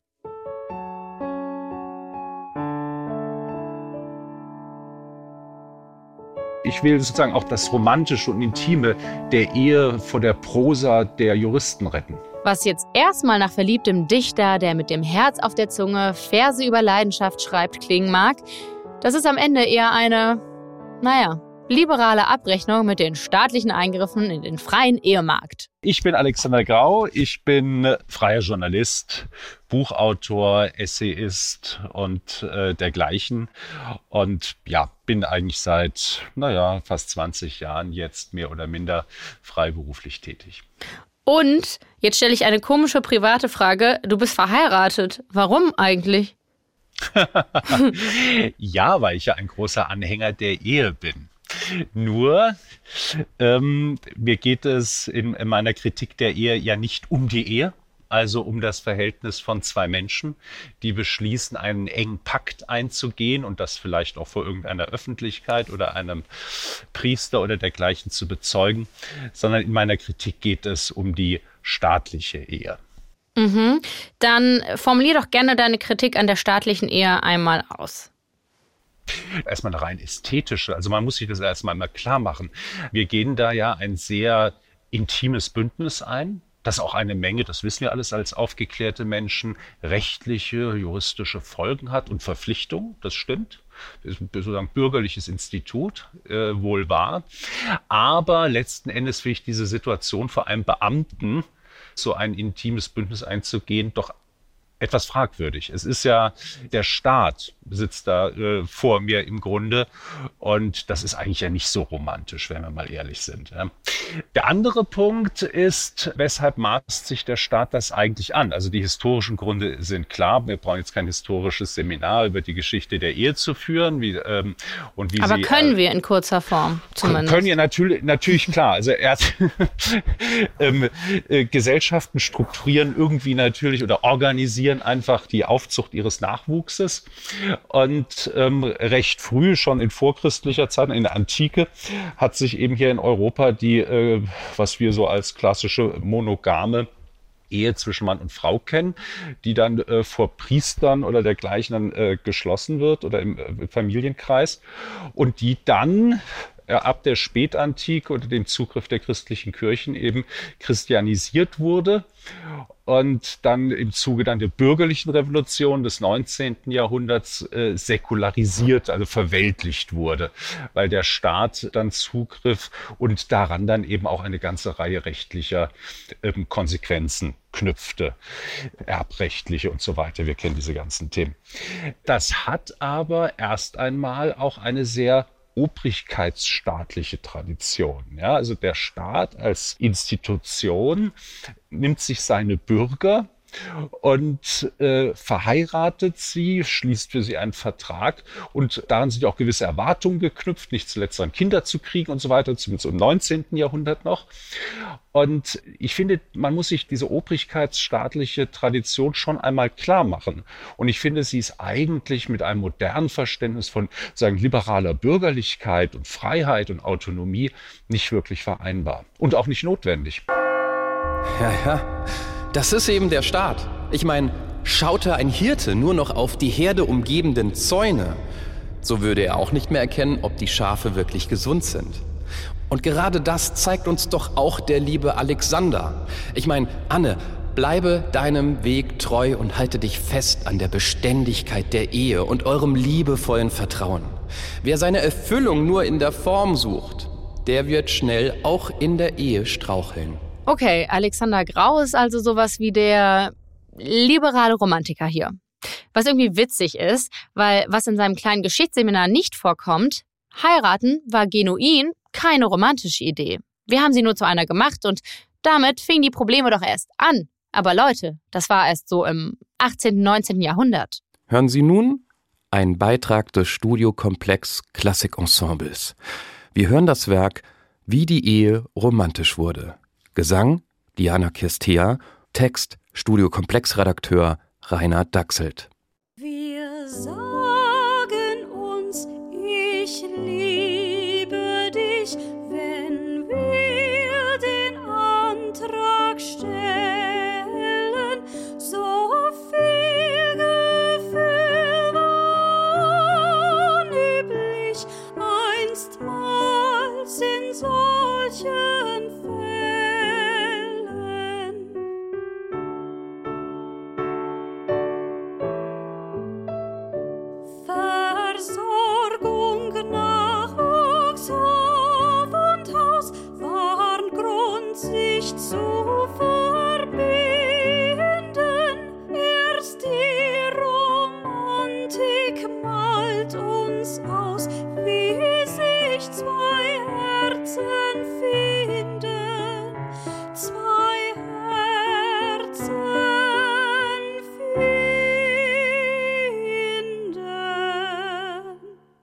Ich will sozusagen auch das Romantische und Intime der Ehe vor der Prosa der Juristen retten. Was jetzt erstmal nach verliebtem Dichter, der mit dem Herz auf der Zunge Verse über Leidenschaft schreibt, klingen mag, das ist am Ende eher eine, naja, liberale Abrechnung mit den staatlichen Eingriffen in den freien Ehemarkt. Ich bin Alexander Grau, ich bin freier Journalist, Buchautor, Essayist und äh, dergleichen. Und ja, bin eigentlich seit, naja, fast zwanzig Jahren jetzt mehr oder minder freiberuflich tätig. Und jetzt stelle ich eine komische private Frage. Du bist verheiratet. Warum eigentlich? Ja, weil ich ja ein großer Anhänger der Ehe bin. Nur, ähm, mir geht es in, in meiner Kritik der Ehe ja nicht um die Ehe, also um das Verhältnis von zwei Menschen, die beschließen, einen engen Pakt einzugehen und das vielleicht auch vor irgendeiner Öffentlichkeit oder einem Priester oder dergleichen zu bezeugen, sondern in meiner Kritik geht es um die staatliche Ehe. Mhm. Dann formulier doch gerne deine Kritik an der staatlichen Ehe einmal aus. Erstmal eine rein ästhetische, also man muss sich das erstmal mal klar machen. Wir gehen da ja ein sehr intimes Bündnis ein, das auch eine Menge, das wissen wir alles als aufgeklärte Menschen, rechtliche, juristische Folgen hat und Verpflichtungen, das stimmt. Das ist sozusagen ein bürgerliches Institut, äh, wohl wahr. Aber letzten Endes finde ich diese Situation vor allem Beamten, so ein intimes Bündnis einzugehen, doch etwas fragwürdig. Es ist ja, der Staat sitzt da äh, vor mir im Grunde und das ist eigentlich ja nicht so romantisch, wenn wir mal ehrlich sind. Ja. Der andere Punkt ist, weshalb maßt sich der Staat das eigentlich an? Also die historischen Gründe sind klar. Wir brauchen jetzt kein historisches Seminar über die Geschichte der Ehe zu führen. Wie, ähm, und wie Aber sie, können äh, wir in kurzer Form zumindest? Können ja natürlich, natürlich klar. Also erst ähm, äh, Gesellschaften strukturieren irgendwie natürlich oder organisieren einfach die Aufzucht ihres Nachwuchses. Und ähm, recht früh, schon in vorchristlicher Zeit, in der Antike, hat sich eben hier in Europa die, äh, was wir so als klassische monogame Ehe zwischen Mann und Frau kennen, die dann äh, vor Priestern oder dergleichen dann äh, geschlossen wird oder im äh, Familienkreis und die dann ab der Spätantike unter dem Zugriff der christlichen Kirchen eben christianisiert wurde und dann im Zuge dann der bürgerlichen Revolution des neunzehnten Jahrhunderts äh, säkularisiert, also verweltlicht wurde, weil der Staat dann zugriff und daran dann eben auch eine ganze Reihe rechtlicher ähm, Konsequenzen knüpfte, erbrechtliche und so weiter. Wir kennen diese ganzen Themen. Das hat aber erst einmal auch eine sehr obrigkeitsstaatliche Tradition. Ja, also der Staat als Institution nimmt sich seine Bürger und äh, verheiratet sie, schließt für sie einen Vertrag und daran sind auch gewisse Erwartungen geknüpft, nicht zuletzt an Kinder zu kriegen und so weiter, zumindest im neunzehnten Jahrhundert noch. Und ich finde, man muss sich diese obrigkeitsstaatliche Tradition schon einmal klar machen. Und ich finde, sie ist eigentlich mit einem modernen Verständnis von sagen, liberaler Bürgerlichkeit und Freiheit und Autonomie nicht wirklich vereinbar und auch nicht notwendig. Ja, ja. Das ist eben der Staat. Ich meine, schaute ein Hirte nur noch auf die Herde umgebenden Zäune, so würde er auch nicht mehr erkennen, ob die Schafe wirklich gesund sind. Und gerade das zeigt uns doch auch der liebe Alexander. Ich meine, Anne, bleibe deinem Weg treu und halte dich fest an der Beständigkeit der Ehe und eurem liebevollen Vertrauen. Wer seine Erfüllung nur in der Form sucht, der wird schnell auch in der Ehe straucheln. Okay, Alexander Grau ist also sowas wie der liberale Romantiker hier. Was irgendwie witzig ist, weil was in seinem kleinen Geschichtsseminar nicht vorkommt, heiraten war genuin keine romantische Idee. Wir haben sie nur zu einer gemacht und damit fingen die Probleme doch erst an. Aber Leute, das war erst so im achtzehnten, neunzehnten Jahrhundert. Hören Sie nun einen Beitrag des Studiokomplex Klassikensembles. Wir hören das Werk Wie die Ehe romantisch wurde. Gesang Diana Kirstea, Text Studiokomplex-Redakteur Reinhard Dachselt. Wir sagen uns, ich liebe dich, wenn wir den Antrag stellen, so viel Gefühl war üblich, einstmals in solchen Fällen. Versorgung, Nachwuchs, Hof und Haus waren Grund, sich zu verbinden. Erst die Romantik malt uns aus, wie sich zwei Herzen finden, zwei Herzen finden.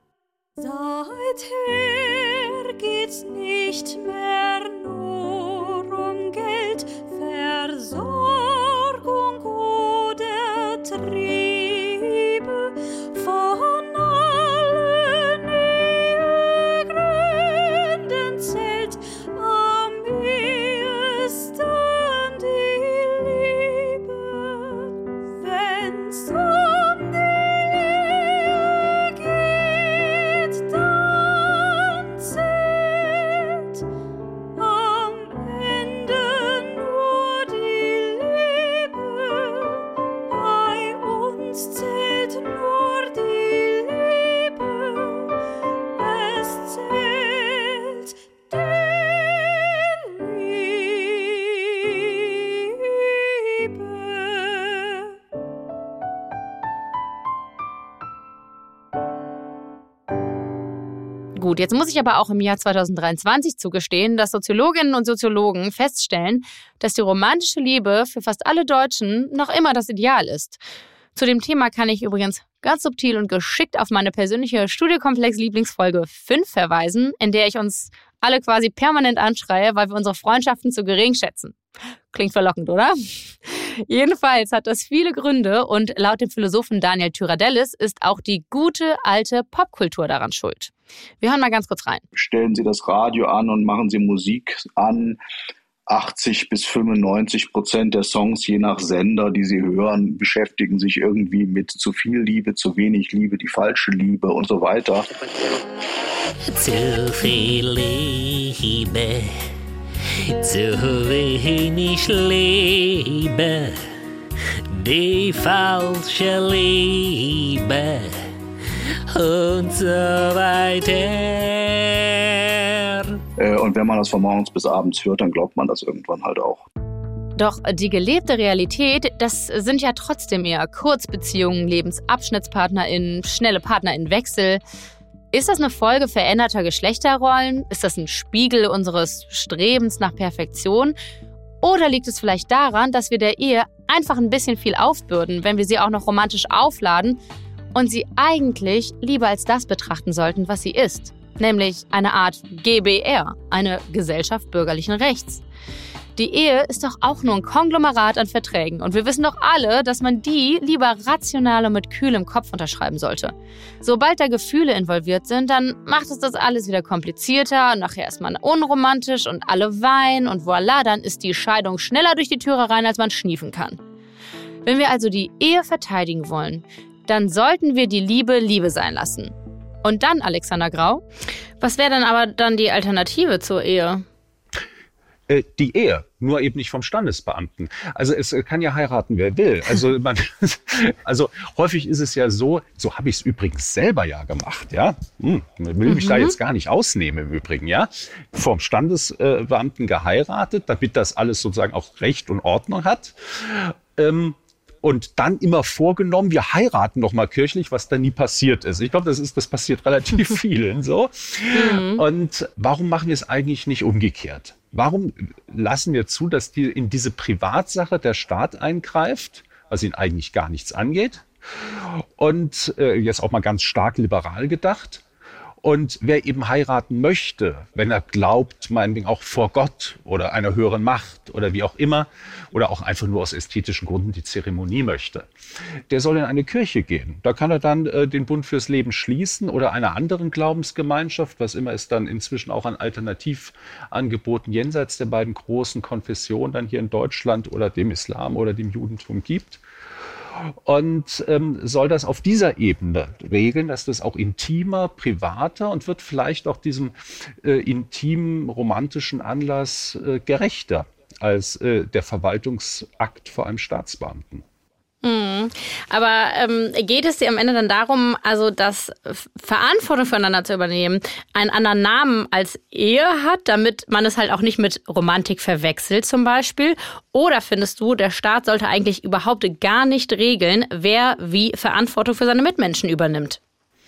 Seither geht's nicht mehr nur um Geld, Versorgung oder Triebe. Von allen Ehegründen zählt am ehesten die Liebe. Wenn's um die Ehe geht, dann zählt am Ende nur die Liebe. Bei uns zählt nur die Liebe. Es zählt die Liebe. Gut, jetzt muss ich aber auch im Jahr zweitausenddreiundzwanzig zugestehen, dass Soziologinnen und Soziologen feststellen, dass die romantische Liebe für fast alle Deutschen noch immer das Ideal ist. Zu dem Thema kann ich übrigens ganz subtil und geschickt auf meine persönliche Studiokomplex-Lieblingsfolge fünf verweisen, in der ich uns alle quasi permanent anschreie, weil wir unsere Freundschaften zu gering schätzen. Klingt verlockend, oder? Jedenfalls hat das viele Gründe und laut dem Philosophen Daniel Tyradellis ist auch die gute alte Popkultur daran schuld. Wir hören mal ganz kurz rein. Stellen Sie das Radio an und machen Sie Musik an. achtzig bis fünfundneunzig Prozent der Songs, je nach Sender, die sie hören, beschäftigen sich irgendwie mit zu viel Liebe, zu wenig Liebe, die falsche Liebe und so weiter. Zu viel Liebe, zu wenig Liebe, die falsche Liebe und so weiter. Und wenn man das von morgens bis abends hört, dann glaubt man das irgendwann halt auch. Doch die gelebte Realität, das sind ja trotzdem eher Kurzbeziehungen, LebensabschnittspartnerInnen, schnelle PartnerInnenwechsel. Ist das eine Folge veränderter Geschlechterrollen? Ist das ein Spiegel unseres Strebens nach Perfektion? Oder liegt es vielleicht daran, dass wir der Ehe einfach ein bisschen viel aufbürden, wenn wir sie auch noch romantisch aufladen und sie eigentlich lieber als das betrachten sollten, was sie ist? Nämlich eine Art G B R, eine Gesellschaft bürgerlichen Rechts. Die Ehe ist doch auch nur ein Konglomerat an Verträgen und wir wissen doch alle, dass man die lieber rational und mit kühlem Kopf unterschreiben sollte. Sobald da Gefühle involviert sind, dann macht es das alles wieder komplizierter und nachher ist man unromantisch und alle weinen und voilà, dann ist die Scheidung schneller durch die Türe rein, als man schniefen kann. Wenn wir also die Ehe verteidigen wollen, dann sollten wir die Liebe Liebe sein lassen. Und dann, Alexander Grau, was wäre dann aber dann die Alternative zur Ehe? Äh, die Ehe, nur eben nicht vom Standesbeamten. Also es kann ja heiraten, wer will. Also, man, also häufig ist es ja so, so habe ich es übrigens selber ja gemacht, ja. Hm, will mich mhm. da jetzt gar nicht ausnehmen im Übrigen, ja. Vom Standesbeamten geheiratet, damit das alles sozusagen auch Recht und Ordnung hat. Ähm, Und dann immer vorgenommen, wir heiraten noch mal kirchlich, was da nie passiert ist. Ich glaube, das ist, das passiert relativ vielen so. Mhm. Und warum machen wir es eigentlich nicht umgekehrt? Warum lassen wir zu, dass die in diese Privatsache der Staat eingreift, was ihn eigentlich gar nichts angeht? Und äh, jetzt auch mal ganz stark liberal gedacht. Und wer eben heiraten möchte, wenn er glaubt, meinetwegen auch vor Gott oder einer höheren Macht oder wie auch immer, oder auch einfach nur aus ästhetischen Gründen die Zeremonie möchte, der soll in eine Kirche gehen. Da kann er dann äh, den Bund fürs Leben schließen oder einer anderen Glaubensgemeinschaft, was immer es dann inzwischen auch an Alternativangeboten jenseits der beiden großen Konfessionen dann hier in Deutschland oder dem Islam oder dem Judentum gibt. Und ähm, soll das auf dieser Ebene regeln, dass das auch intimer, privater und wird vielleicht auch diesem äh, intimen, romantischen Anlass äh, gerechter als äh, der Verwaltungsakt vor einem Staatsbeamten. Mhm. Aber ähm, geht es dir am Ende dann darum, also dass Verantwortung füreinander zu übernehmen einen anderen Namen als Ehe hat, damit man es halt auch nicht mit Romantik verwechselt zum Beispiel? Oder findest du, der Staat sollte eigentlich überhaupt gar nicht regeln, wer wie Verantwortung für seine Mitmenschen übernimmt?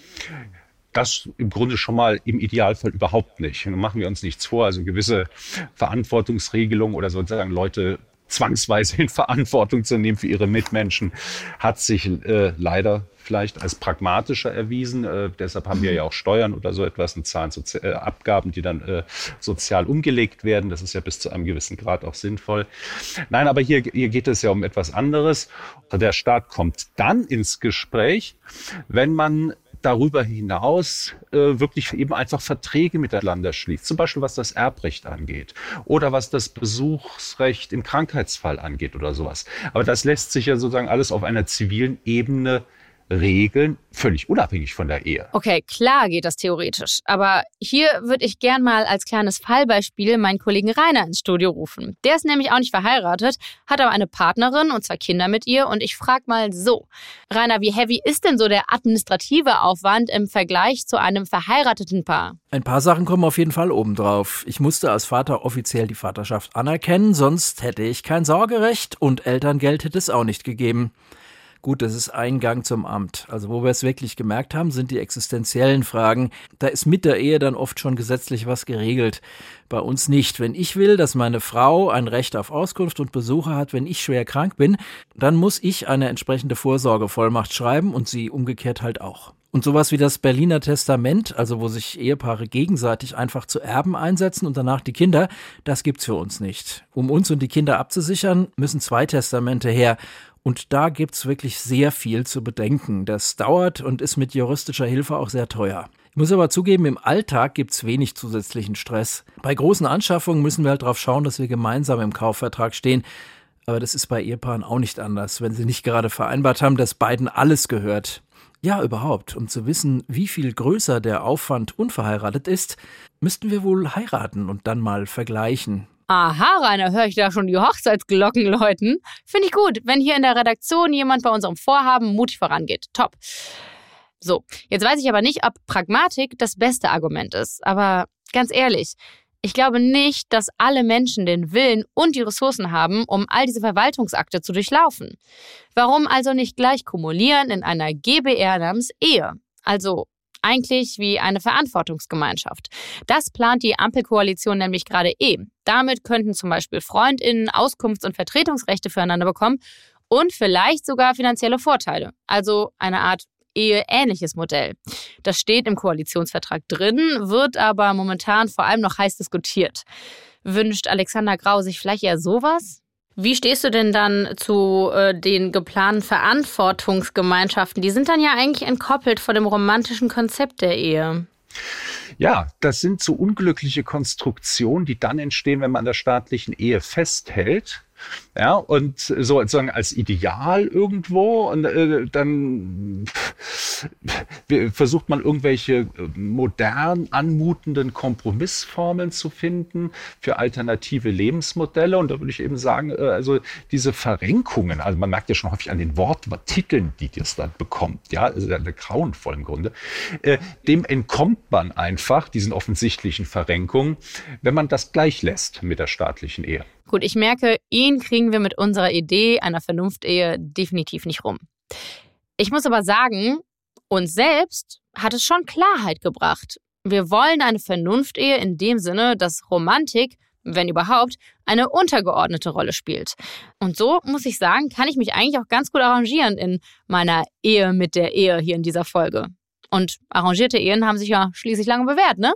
Das im Grunde schon mal im Idealfall überhaupt nicht. Nun machen wir uns nichts vor, also gewisse Verantwortungsregelungen oder sozusagen Leute zwangsweise in Verantwortung zu nehmen für ihre Mitmenschen, hat sich äh, leider vielleicht als pragmatischer erwiesen. Äh, deshalb haben wir ja auch Steuern oder so etwas und zahlen Sozi- äh, Abgaben, die dann äh, sozial umgelegt werden. Das ist ja bis zu einem gewissen Grad auch sinnvoll. Nein, aber hier, hier geht es ja um etwas anderes. Der Staat kommt dann ins Gespräch, wenn man darüber hinaus äh, wirklich eben einfach Verträge miteinander schließt. Zum Beispiel was das Erbrecht angeht oder was das Besuchsrecht im Krankheitsfall angeht oder sowas. Aber das lässt sich ja sozusagen alles auf einer zivilen Ebene regeln, völlig unabhängig von der Ehe. Okay, klar geht das theoretisch. Aber hier würde ich gern mal als kleines Fallbeispiel meinen Kollegen Rainer ins Studio rufen. Der ist nämlich auch nicht verheiratet, hat aber eine Partnerin und zwei Kinder mit ihr. Und ich frage mal so, Rainer, wie heavy ist denn so der administrative Aufwand im Vergleich zu einem verheirateten Paar? Ein paar Sachen kommen auf jeden Fall obendrauf. Ich musste als Vater offiziell die Vaterschaft anerkennen, sonst hätte ich kein Sorgerecht und Elterngeld hätte es auch nicht gegeben. Gut, das ist ein Gang zum Amt. Also wo wir es wirklich gemerkt haben, sind die existenziellen Fragen. Da ist mit der Ehe dann oft schon gesetzlich was geregelt. Bei uns nicht. Wenn ich will, dass meine Frau ein Recht auf Auskunft und Besuche hat, wenn ich schwer krank bin, dann muss ich eine entsprechende Vorsorgevollmacht schreiben und sie umgekehrt halt auch. Und sowas wie das Berliner Testament, also wo sich Ehepaare gegenseitig einfach zu Erben einsetzen und danach die Kinder, das gibt's für uns nicht. Um uns und die Kinder abzusichern, müssen zwei Testamente her. Und da gibt's wirklich sehr viel zu bedenken. Das dauert und ist mit juristischer Hilfe auch sehr teuer. Ich muss aber zugeben, im Alltag gibt's wenig zusätzlichen Stress. Bei großen Anschaffungen müssen wir halt darauf schauen, dass wir gemeinsam im Kaufvertrag stehen. Aber das ist bei Ehepaaren auch nicht anders, wenn sie nicht gerade vereinbart haben, dass beiden alles gehört. Ja, überhaupt. Um zu wissen, wie viel größer der Aufwand unverheiratet ist, müssten wir wohl heiraten und dann mal vergleichen. Aha, Rainer, höre ich da schon die Hochzeitsglocken läuten? Finde ich gut, wenn hier in der Redaktion jemand bei unserem Vorhaben mutig vorangeht. Top. So, jetzt weiß ich aber nicht, ob Pragmatik das beste Argument ist. Aber ganz ehrlich, ich glaube nicht, dass alle Menschen den Willen und die Ressourcen haben, um all diese Verwaltungsakte zu durchlaufen. Warum also nicht gleich kumulieren in einer G b R namens Ehe? Also eigentlich wie eine Verantwortungsgemeinschaft. Das plant die Ampelkoalition nämlich gerade eh. Damit könnten zum Beispiel FreundInnen Auskunfts- und Vertretungsrechte füreinander bekommen und vielleicht sogar finanzielle Vorteile. Also eine Art Ehe-ähnliches Modell. Das steht im Koalitionsvertrag drin, wird aber momentan vor allem noch heiß diskutiert. Wünscht Alexander Grau sich vielleicht eher sowas? Wie stehst du denn dann zu äh, den geplanten Verantwortungsgemeinschaften? Die sind dann ja eigentlich entkoppelt von dem romantischen Konzept der Ehe. Ja, das sind so unglückliche Konstruktionen, die dann entstehen, wenn man an der staatlichen Ehe festhält. Ja, und so sozusagen als Ideal irgendwo und äh, dann versucht man irgendwelche modern anmutenden Kompromissformeln zu finden für alternative Lebensmodelle. Und da würde ich eben sagen, äh, also diese Verrenkungen, also man merkt ja schon häufig an den Worttiteln, die das dann bekommt, ja, also grauenvoll im Grunde, äh, dem entkommt man einfach, diesen offensichtlichen Verrenkungen, wenn man das gleich lässt mit der staatlichen Ehe. Gut, ich merke, ihn kriegen wir mit unserer Idee einer Vernunftehe definitiv nicht rum. Ich muss aber sagen, uns selbst hat es schon Klarheit gebracht. Wir wollen eine Vernunftehe in dem Sinne, dass Romantik, wenn überhaupt, eine untergeordnete Rolle spielt. Und so, muss ich sagen, kann ich mich eigentlich auch ganz gut arrangieren in meiner Ehe mit der Ehe hier in dieser Folge. Und arrangierte Ehen haben sich ja schließlich lange bewährt, ne?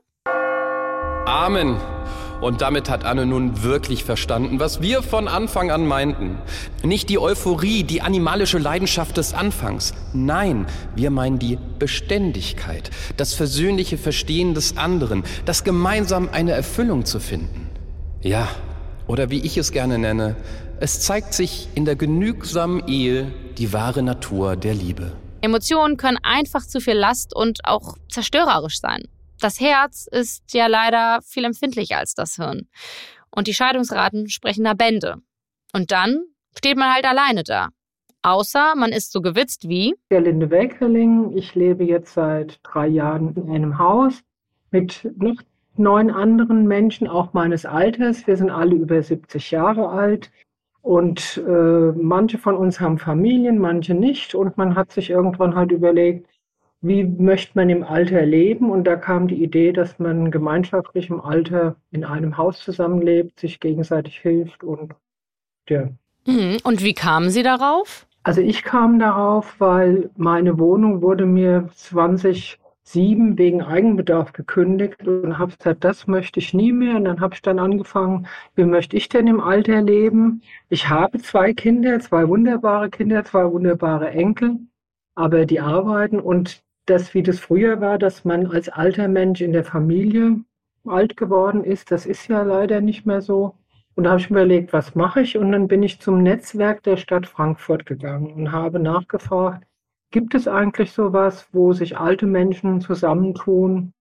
Amen. Und damit hat Anne nun wirklich verstanden, was wir von Anfang an meinten. Nicht die Euphorie, die animalische Leidenschaft des Anfangs. Nein, wir meinen die Beständigkeit, das versöhnliche Verstehen des anderen, das gemeinsam eine Erfüllung zu finden. Ja, oder wie ich es gerne nenne, es zeigt sich in der genügsamen Ehe die wahre Natur der Liebe. Emotionen können einfach zu viel Last und auch zerstörerisch sein. Das Herz ist ja leider viel empfindlicher als das Hirn. Und die Scheidungsraten sprechen da Bände. Und dann steht man halt alleine da. Außer man ist so gewitzt wie... Gerlinde Welkerling. Ich lebe jetzt seit drei Jahren in einem Haus mit noch neun anderen Menschen, auch meines Alters. Wir sind alle über siebzig Jahre alt. Und äh, manche von uns haben Familien, manche nicht. Und man hat sich irgendwann halt überlegt, wie möchte man im Alter leben? Und da kam die Idee, dass man gemeinschaftlich im Alter in einem Haus zusammenlebt, sich gegenseitig hilft und ja. Und wie kamen Sie darauf? Also ich kam darauf, weil meine Wohnung wurde mir zweitausendsieben wegen Eigenbedarf gekündigt und habe gesagt, das möchte ich nie mehr. Und dann habe ich dann angefangen, wie möchte ich denn im Alter leben? Ich habe zwei Kinder, zwei wunderbare Kinder, zwei wunderbare Enkel, aber die arbeiten und das, wie das früher war, dass man als alter Mensch in der Familie alt geworden ist, das ist ja leider nicht mehr so. Und da habe ich mir überlegt, was mache ich? Und dann bin ich zum Netzwerk der Stadt Frankfurt gegangen und habe nachgefragt, gibt es eigentlich sowas, wo sich alte Menschen zusammentun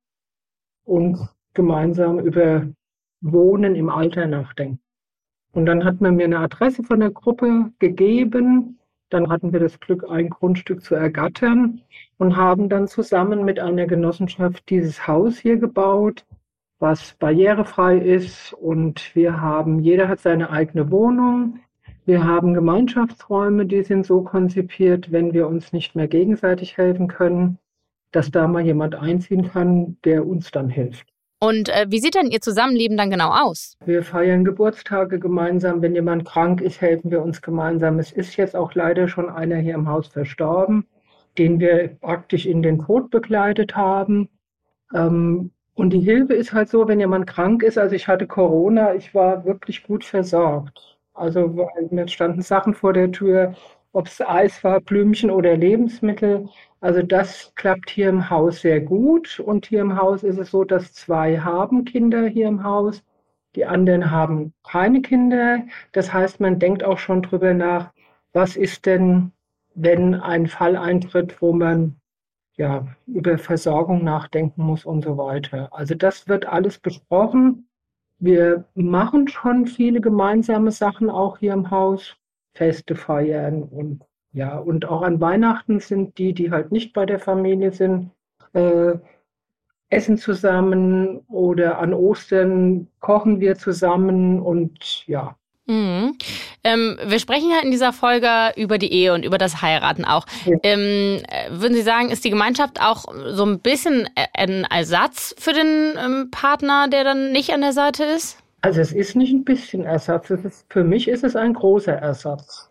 und gemeinsam über Wohnen im Alter nachdenken? Und dann hat man mir eine Adresse von der Gruppe gegeben. Dann hatten wir das Glück, ein Grundstück zu ergattern und haben dann zusammen mit einer Genossenschaft dieses Haus hier gebaut, was barrierefrei ist. Und wir haben, jeder hat seine eigene Wohnung. Wir haben Gemeinschaftsräume, die sind so konzipiert, wenn wir uns nicht mehr gegenseitig helfen können, dass da mal jemand einziehen kann, der uns dann hilft. Und äh, wie sieht denn Ihr Zusammenleben dann genau aus? Wir feiern Geburtstage gemeinsam. Wenn jemand krank ist, helfen wir uns gemeinsam. Es ist jetzt auch leider schon einer hier im Haus verstorben, den wir praktisch in den Tod begleitet haben. Ähm, und die Hilfe ist halt so, wenn jemand krank ist. Also ich hatte Corona, ich war wirklich gut versorgt. Also mir standen Sachen vor der Tür, ob es Eis war, Blümchen oder Lebensmittel. Also das klappt hier im Haus sehr gut. Und hier im Haus ist es so, dass zwei haben Kinder hier im Haus. Die anderen haben keine Kinder. Das heißt, man denkt auch schon drüber nach, was ist denn, wenn ein Fall eintritt, wo man ja über Versorgung nachdenken muss und so weiter. Also das wird alles besprochen. Wir machen schon viele gemeinsame Sachen auch hier im Haus, Feste feiern und ja, und auch an Weihnachten sind die, die halt nicht bei der Familie sind, äh, essen zusammen oder an Ostern kochen wir zusammen und ja. Mhm. Ähm, wir sprechen ja in dieser Folge über die Ehe und über das Heiraten auch. Ja. Ähm, würden Sie sagen, ist die Gemeinschaft auch so ein bisschen ein Ersatz für den ähm, Partner, der dann nicht an der Seite ist? Also es ist nicht ein bisschen Ersatz, es ist, für mich ist es ein großer Ersatz.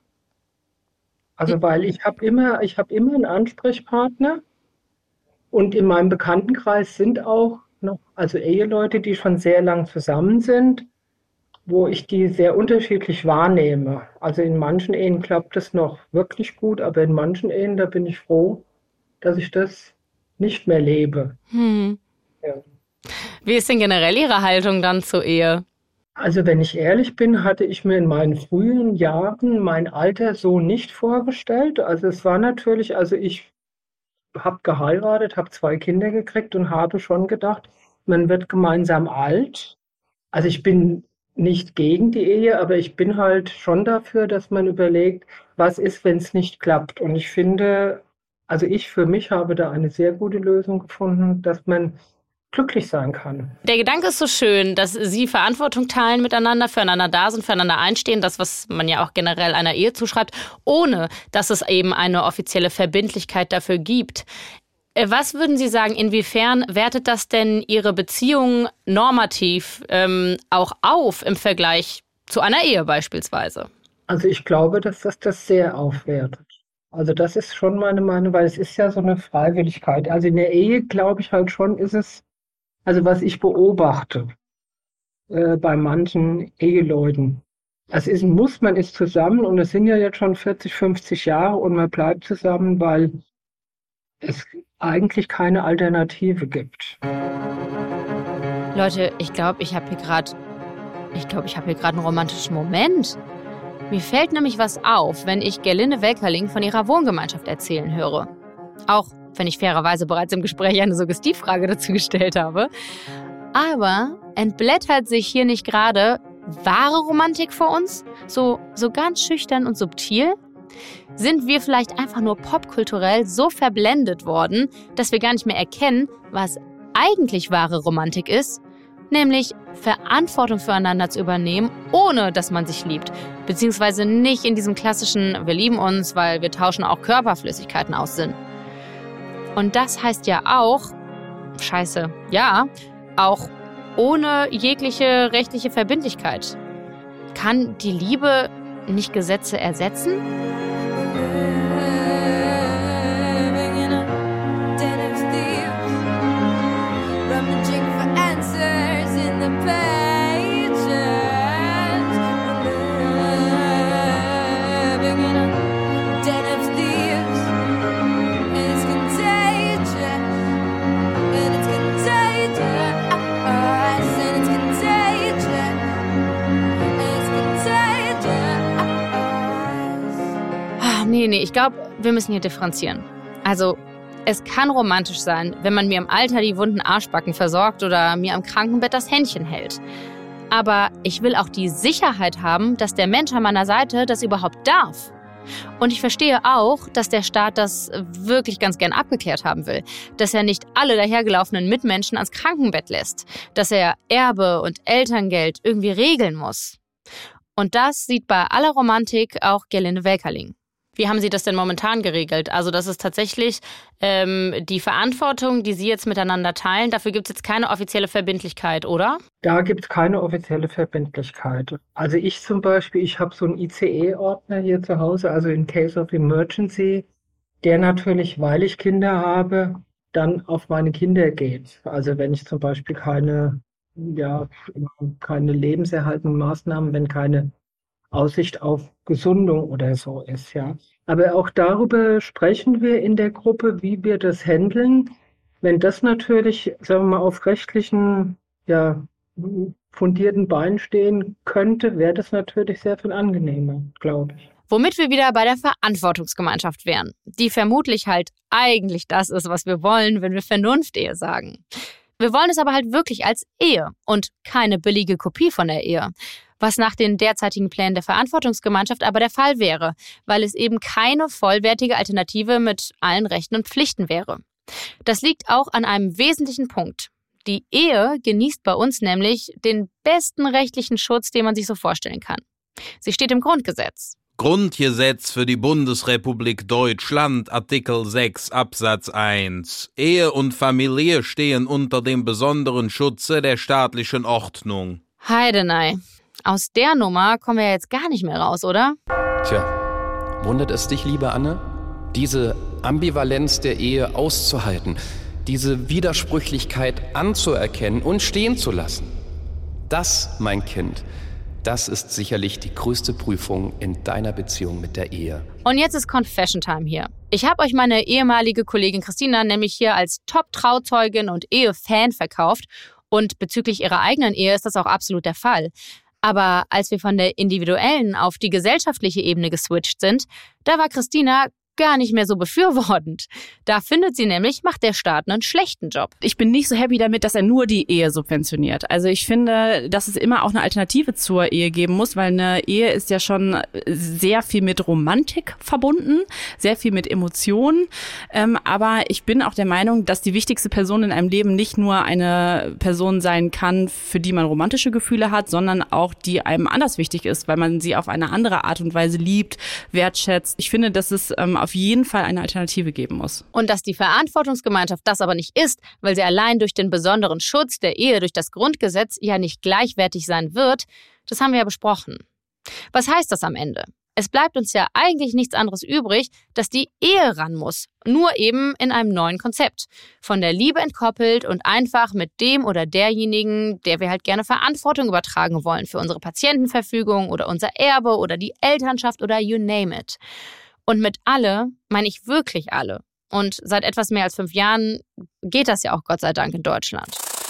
Also weil ich habe immer, ich habe immer einen Ansprechpartner und in meinem Bekanntenkreis sind auch noch, also Eheleute, die schon sehr lang zusammen sind, wo ich die sehr unterschiedlich wahrnehme. Also in manchen Ehen klappt es noch wirklich gut, aber in manchen Ehen, da bin ich froh, dass ich das nicht mehr lebe. Hm. Ja. Wie ist denn generell Ihre Haltung dann zur Ehe? Also wenn ich ehrlich bin, hatte ich mir in meinen frühen Jahren mein Alter so nicht vorgestellt. Also es war natürlich, also ich habe geheiratet, habe zwei Kinder gekriegt und habe schon gedacht, man wird gemeinsam alt. Also ich bin nicht gegen die Ehe, aber ich bin halt schon dafür, dass man überlegt, was ist, wenn es nicht klappt. Und ich finde, also ich für mich habe da eine sehr gute Lösung gefunden, dass man glücklich sein kann. Der Gedanke ist so schön, dass Sie Verantwortung teilen miteinander, füreinander da sind, füreinander einstehen, das, was man ja auch generell einer Ehe zuschreibt, ohne dass es eben eine offizielle Verbindlichkeit dafür gibt. Was würden Sie sagen, inwiefern wertet das denn Ihre Beziehung normativ ähm, auch auf im Vergleich zu einer Ehe beispielsweise? Also ich glaube, dass das das sehr aufwertet. Also das ist schon meine Meinung, weil es ist ja so eine Freiwilligkeit. Also in der Ehe, glaube ich halt schon, ist es, also was ich beobachte äh, bei manchen Eheleuten. Es ist ein Muss, man ist zusammen und es sind ja jetzt schon vierzig, fünfzig Jahre und man bleibt zusammen, weil es eigentlich keine Alternative gibt. Leute, ich glaube, ich habe hier gerade, ich glaube, ich habe hier gerade einen romantischen Moment. Mir fällt nämlich was auf, wenn ich Gerlinde Welkerling von ihrer Wohngemeinschaft erzählen höre. Auch wenn ich fairerweise bereits im Gespräch eine Suggestivfrage dazu gestellt habe. Aber entblättert sich hier nicht gerade wahre Romantik vor uns? So, so ganz schüchtern und subtil? Sind wir vielleicht einfach nur popkulturell so verblendet worden, dass wir gar nicht mehr erkennen, was eigentlich wahre Romantik ist? Nämlich Verantwortung füreinander zu übernehmen, ohne dass man sich liebt. Beziehungsweise nicht in diesem klassischen, wir lieben uns, weil wir tauschen auch Körperflüssigkeiten aus Sinn. Und das heißt ja auch, scheiße, ja, auch ohne jegliche rechtliche Verbindlichkeit. Kann die Liebe nicht Gesetze ersetzen? Nee, nee, ich glaube, wir müssen hier differenzieren. Also, es kann romantisch sein, wenn man mir im Alter die wunden Arschbacken versorgt oder mir am Krankenbett das Händchen hält. Aber ich will auch die Sicherheit haben, dass der Mensch an meiner Seite das überhaupt darf. Und ich verstehe auch, dass der Staat das wirklich ganz gern abgeklärt haben will. Dass er nicht alle dahergelaufenen Mitmenschen ans Krankenbett lässt. Dass er Erbe und Elterngeld irgendwie regeln muss. Und das sieht bei aller Romantik auch Gerlinde Welkerling. Wie haben Sie das denn momentan geregelt? Also das ist tatsächlich ähm, die Verantwortung, die Sie jetzt miteinander teilen. Dafür gibt es jetzt keine offizielle Verbindlichkeit, oder? Da gibt es keine offizielle Verbindlichkeit. Also ich zum Beispiel, ich habe so einen I C E-Ordner hier zu Hause, also in Case of Emergency, der natürlich, weil ich Kinder habe, dann auf meine Kinder geht. Also wenn ich zum Beispiel keine, ja, keine lebenserhaltenden Maßnahmen, wenn keine Aussicht auf Gesundung oder so ist, ja. Aber auch darüber sprechen wir in der Gruppe, wie wir das handeln. Wenn das natürlich, sagen wir mal, auf rechtlichen, ja, fundierten Beinen stehen könnte, wäre das natürlich sehr viel angenehmer, glaube ich. Womit wir wieder bei der Verantwortungsgemeinschaft wären, die vermutlich halt eigentlich das ist, was wir wollen, wenn wir Vernunft-Ehe sagen. Wir wollen es aber halt wirklich als Ehe und keine billige Kopie von der Ehe. Was nach den derzeitigen Plänen der Verantwortungsgemeinschaft aber der Fall wäre, weil es eben keine vollwertige Alternative mit allen Rechten und Pflichten wäre. Das liegt auch an einem wesentlichen Punkt. Die Ehe genießt bei uns nämlich den besten rechtlichen Schutz, den man sich so vorstellen kann. Sie steht im Grundgesetz. Grundgesetz für die Bundesrepublik Deutschland, Artikel sechs Absatz eins. Ehe und Familie stehen unter dem besonderen Schutze der staatlichen Ordnung. Heidenei. Aus der Nummer kommen wir jetzt gar nicht mehr raus, oder? Tja, wundert es dich, liebe Anne? Diese Ambivalenz der Ehe auszuhalten, diese Widersprüchlichkeit anzuerkennen und stehen zu lassen. Das, mein Kind, das ist sicherlich die größte Prüfung in deiner Beziehung mit der Ehe. Und jetzt ist Confession Time hier. Ich habe euch meine ehemalige Kollegin Christina nämlich hier als Top-Trauzeugin und Ehe-Fan verkauft. Und bezüglich ihrer eigenen Ehe ist das auch absolut der Fall. Aber als wir von der individuellen auf die gesellschaftliche Ebene geswitcht sind, da war Christina gar nicht mehr so befürwortend. Da findet sie nämlich, macht der Staat einen schlechten Job. Ich bin nicht so happy damit, dass er nur die Ehe subventioniert. Also ich finde, dass es immer auch eine Alternative zur Ehe geben muss, weil eine Ehe ist ja schon sehr viel mit Romantik verbunden, sehr viel mit Emotionen. Ähm, aber ich bin auch der Meinung, dass die wichtigste Person in einem Leben nicht nur eine Person sein kann, für die man romantische Gefühle hat, sondern auch die einem anders wichtig ist, weil man sie auf eine andere Art und Weise liebt, wertschätzt. Ich finde, dass es ähm, auf jeden Fall eine Alternative geben muss. Und dass die Verantwortungsgemeinschaft das aber nicht ist, weil sie allein durch den besonderen Schutz der Ehe durch das Grundgesetz ja nicht gleichwertig sein wird, das haben wir ja besprochen. Was heißt das am Ende? Es bleibt uns ja eigentlich nichts anderes übrig, dass die Ehe ran muss, nur eben in einem neuen Konzept. Von der Liebe entkoppelt und einfach mit dem oder derjenigen, der wir halt gerne Verantwortung übertragen wollen für unsere Patientenverfügung oder unser Erbe oder die Elternschaft oder you name it. Und mit alle meine ich wirklich alle. Und seit etwas mehr als fünf Jahren geht das ja auch Gott sei Dank in Deutschland.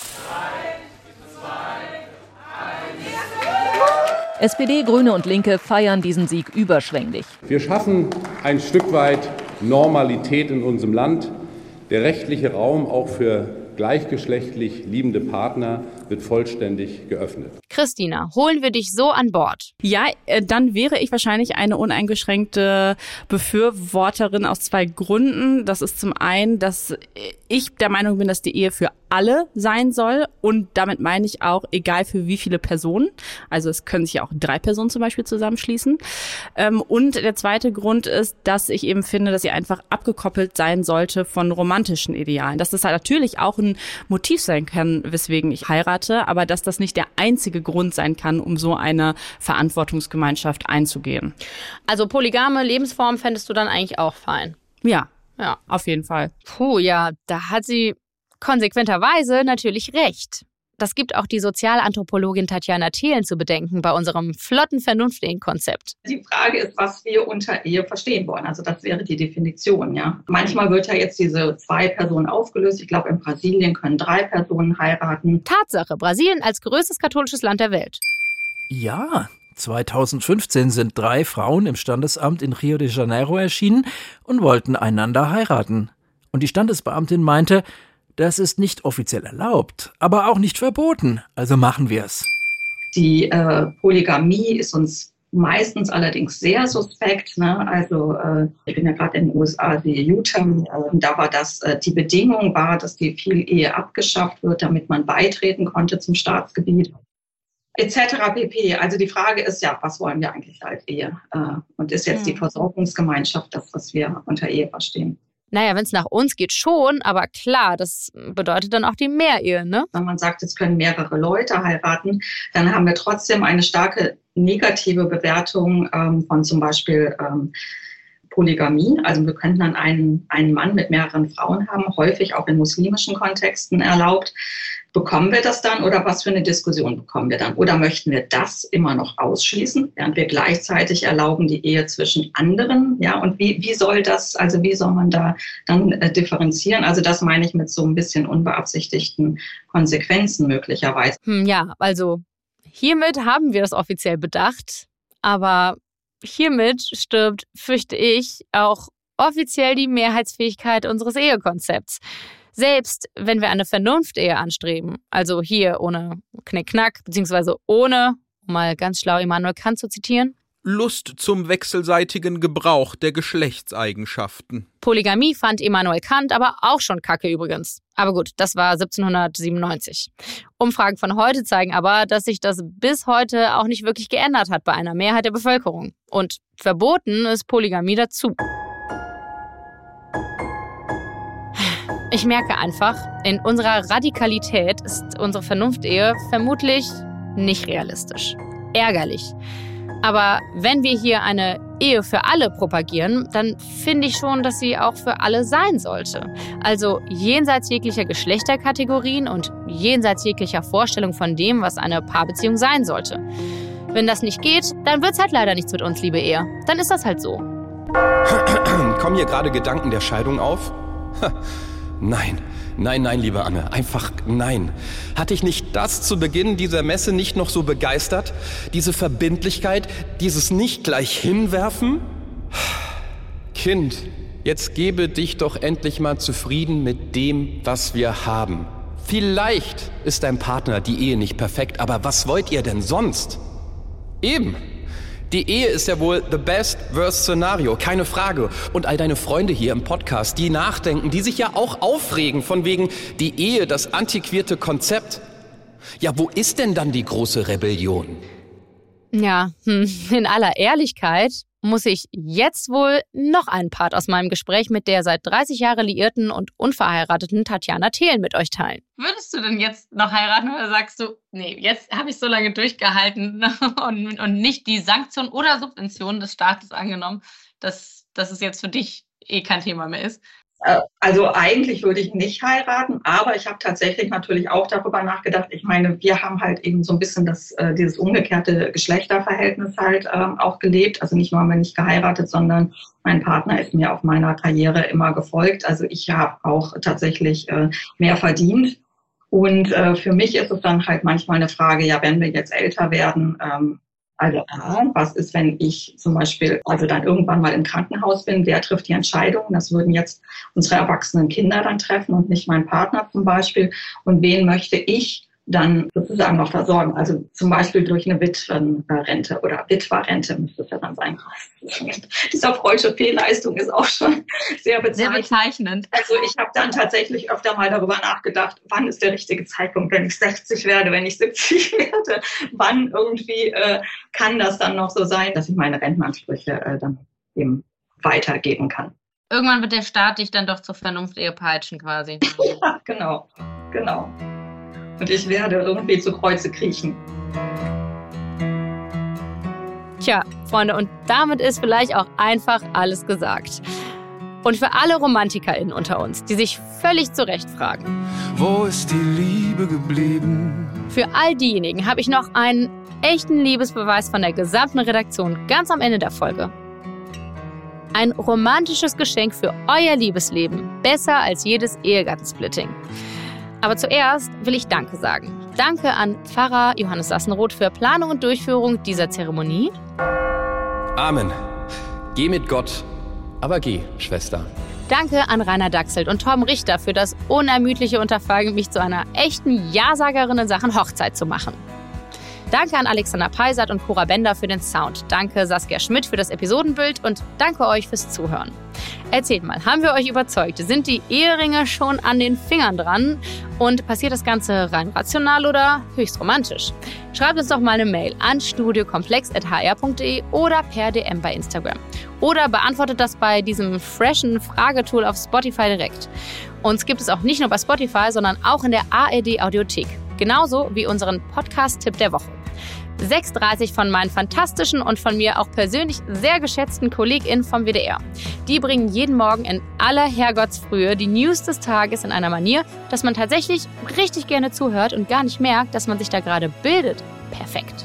S P D, Grüne und Linke feiern diesen Sieg überschwänglich. Wir schaffen ein Stück weit Normalität in unserem Land. Der rechtliche Raum auch für gleichgeschlechtlich liebende Partner wird vollständig geöffnet. Christina, holen wir dich so an Bord? Ja, dann wäre ich wahrscheinlich eine uneingeschränkte Befürworterin aus zwei Gründen. Das ist zum einen, dass ich der Meinung bin, dass die Ehe für alle sein soll und damit meine ich auch, egal für wie viele Personen. Also es können sich ja auch drei Personen zum Beispiel zusammenschließen. Und der zweite Grund ist, dass ich eben finde, dass sie einfach abgekoppelt sein sollte von romantischen Idealen. Dass das halt natürlich auch ein Motiv sein kann, weswegen ich heirate, aber dass das nicht der einzige Grund sein kann, um so eine Verantwortungsgemeinschaft einzugehen. Also polygame Lebensform fändest du dann eigentlich auch fein? Ja, ja, auf jeden Fall. Puh, ja, da hat sie konsequenterweise natürlich recht. Das gibt auch die Sozialanthropologin Tatjana Thelen zu bedenken bei unserem flotten Vernunft-Konzept. Die Frage ist, was wir unter Ehe verstehen wollen. Also das wäre die Definition, ja. Manchmal wird ja jetzt diese zwei Personen aufgelöst. Ich glaube, in Brasilien können drei Personen heiraten. Tatsache, Brasilien als größtes katholisches Land der Welt. Ja, zweitausendfünfzehn sind drei Frauen im Standesamt in Rio de Janeiro erschienen und wollten einander heiraten. Und die Standesbeamtin meinte, das ist nicht offiziell erlaubt, aber auch nicht verboten, also machen wir es. Die äh, Polygamie ist uns meistens allerdings sehr suspekt. Ne? Also äh, ich bin ja gerade in den U S A, sehe Utah, äh, da war das, äh, die Bedingung war, dass die Vielehe abgeschafft wird, damit man beitreten konnte zum Staatsgebiet, et cetera pp. Also die Frage ist ja, was wollen wir eigentlich als Ehe? Äh, und ist jetzt hm. die Versorgungsgemeinschaft das, was wir unter Ehe verstehen? Naja, wenn es nach uns geht, schon, aber klar, das bedeutet dann auch die Mehrehe, ne? Wenn man sagt, es können mehrere Leute heiraten, dann haben wir trotzdem eine starke negative Bewertung ähm, von zum Beispiel ähm, Polygamie. Also wir könnten dann einen, einen Mann mit mehreren Frauen haben, häufig auch in muslimischen Kontexten erlaubt. Bekommen wir das dann oder was für eine Diskussion bekommen wir dann? Oder möchten wir das immer noch ausschließen, während wir gleichzeitig erlauben die Ehe zwischen anderen? Ja, und wie, wie soll das, also wie soll man da dann äh, differenzieren? Also das meine ich mit so ein bisschen unbeabsichtigten Konsequenzen möglicherweise. Hm, ja, also hiermit haben wir das offiziell bedacht, aber hiermit stirbt, fürchte ich, auch offiziell die Mehrheitsfähigkeit unseres Ehekonzepts. Selbst wenn wir eine Vernunftehe anstreben, also hier ohne Knickknack, beziehungsweise ohne, um mal ganz schlau Immanuel Kant zu zitieren, Lust zum wechselseitigen Gebrauch der Geschlechtseigenschaften. Polygamie fand Immanuel Kant aber auch schon kacke übrigens. Aber gut, das war siebzehnhundertsiebenundneunzig. Umfragen von heute zeigen aber, dass sich das bis heute auch nicht wirklich geändert hat bei einer Mehrheit der Bevölkerung. Und verboten ist Polygamie dazu. Ich merke einfach, in unserer Radikalität ist unsere Vernunftehe vermutlich nicht realistisch. Ärgerlich. Aber wenn wir hier eine Ehe für alle propagieren, dann finde ich schon, dass sie auch für alle sein sollte. Also jenseits jeglicher Geschlechterkategorien und jenseits jeglicher Vorstellung von dem, was eine Paarbeziehung sein sollte. Wenn das nicht geht, dann wird's halt leider nichts mit uns, liebe Ehe. Dann ist das halt so. Kommen hier gerade Gedanken der Scheidung auf? Nein, nein, nein, liebe Anne, einfach nein. Hatte ich nicht das zu Beginn dieser Messe nicht noch so begeistert? Diese Verbindlichkeit, dieses nicht gleich hinwerfen? Kind, jetzt gebe dich doch endlich mal zufrieden mit dem, was wir haben. Vielleicht ist dein Partner die Ehe nicht perfekt, aber was wollt ihr denn sonst? Eben. Die Ehe ist ja wohl the best worst Szenario, keine Frage. Und all deine Freunde hier im Podcast, die nachdenken, die sich ja auch aufregen von wegen die Ehe, das antiquierte Konzept. Ja, wo ist denn dann die große Rebellion? Ja, in aller Ehrlichkeit muss ich jetzt wohl noch einen Part aus meinem Gespräch mit der seit dreißig Jahre liierten und unverheirateten Tatjana Thelen mit euch teilen. Würdest du denn jetzt noch heiraten oder sagst du, nee, jetzt habe ich so lange durchgehalten und, und nicht die Sanktion oder Subvention des Staates angenommen, dass, dass es jetzt für dich eh kein Thema mehr ist? Also eigentlich würde ich nicht heiraten, aber ich habe tatsächlich natürlich auch darüber nachgedacht. Ich meine, wir haben halt eben so ein bisschen das, äh, dieses umgekehrte Geschlechterverhältnis halt ähm, auch gelebt. Also nicht nur haben wir nicht geheiratet, sondern mein Partner ist mir auf meiner Karriere immer gefolgt. Also ich habe auch tatsächlich äh, mehr verdient. Und äh, für mich ist es dann halt manchmal eine Frage, ja, wenn wir jetzt älter werden, ähm, also A, was ist, wenn ich zum Beispiel also dann irgendwann mal im Krankenhaus bin, wer trifft die Entscheidung? Das würden jetzt unsere erwachsenen Kinder dann treffen und nicht mein Partner zum Beispiel. Und wen möchte ich dann sozusagen noch versorgen? Also zum Beispiel durch eine Witwenrente oder Witwerrente müsste es ja dann sein. Dieser freudsche Fehlleistung ist auch schon sehr bezeichnend. Sehr bezeichnend. Also ich habe dann tatsächlich öfter mal darüber nachgedacht, wann ist der richtige Zeitpunkt, wenn ich sechzig werde, wenn ich siebzig werde, wann irgendwie äh, kann das dann noch so sein, dass ich meine Rentenansprüche äh, dann eben weitergeben kann. Irgendwann wird der Staat dich dann doch zur Vernunftehe peitschen quasi. Ja, genau, genau. Und ich werde irgendwie zu Kreuze kriechen. Tja, Freunde, und damit ist vielleicht auch einfach alles gesagt. Und für alle RomantikerInnen unter uns, die sich völlig zu Recht fragen: Wo ist die Liebe geblieben? Für all diejenigen habe ich noch einen echten Liebesbeweis von der gesamten Redaktion ganz am Ende der Folge. Ein romantisches Geschenk für euer Liebesleben. Besser als jedes Ehegattensplitting. Aber zuerst will ich Danke sagen. Danke an Pfarrer Johannes Sassenroth für Planung und Durchführung dieser Zeremonie. Amen. Geh mit Gott, aber geh, Schwester. Danke an Rainer Dachselt und Torben Richter für das unermüdliche Unterfangen, mich zu einer echten Ja-Sagerin in Sachen Hochzeit zu machen. Danke an Alexander Peisert und Cora Bender für den Sound. Danke Saskia Schmidt für das Episodenbild und danke euch fürs Zuhören. Erzählt mal, haben wir euch überzeugt? Sind die Eheringe schon an den Fingern dran? Und passiert das Ganze rein rational oder höchst romantisch? Schreibt uns doch mal eine Mail an studiokomplex at h r punkt d e oder per D M bei Instagram. Oder beantwortet das bei diesem freshen Fragetool auf Spotify direkt. Uns gibt es auch nicht nur bei Spotify, sondern auch in der A R D Audiothek. Genauso wie unseren Podcast-Tipp der Woche. sechs Uhr dreißig von meinen fantastischen und von mir auch persönlich sehr geschätzten KollegInnen vom W D R. Die bringen jeden Morgen in aller Herrgottsfrühe die News des Tages in einer Manier, dass man tatsächlich richtig gerne zuhört und gar nicht merkt, dass man sich da gerade bildet. Perfekt.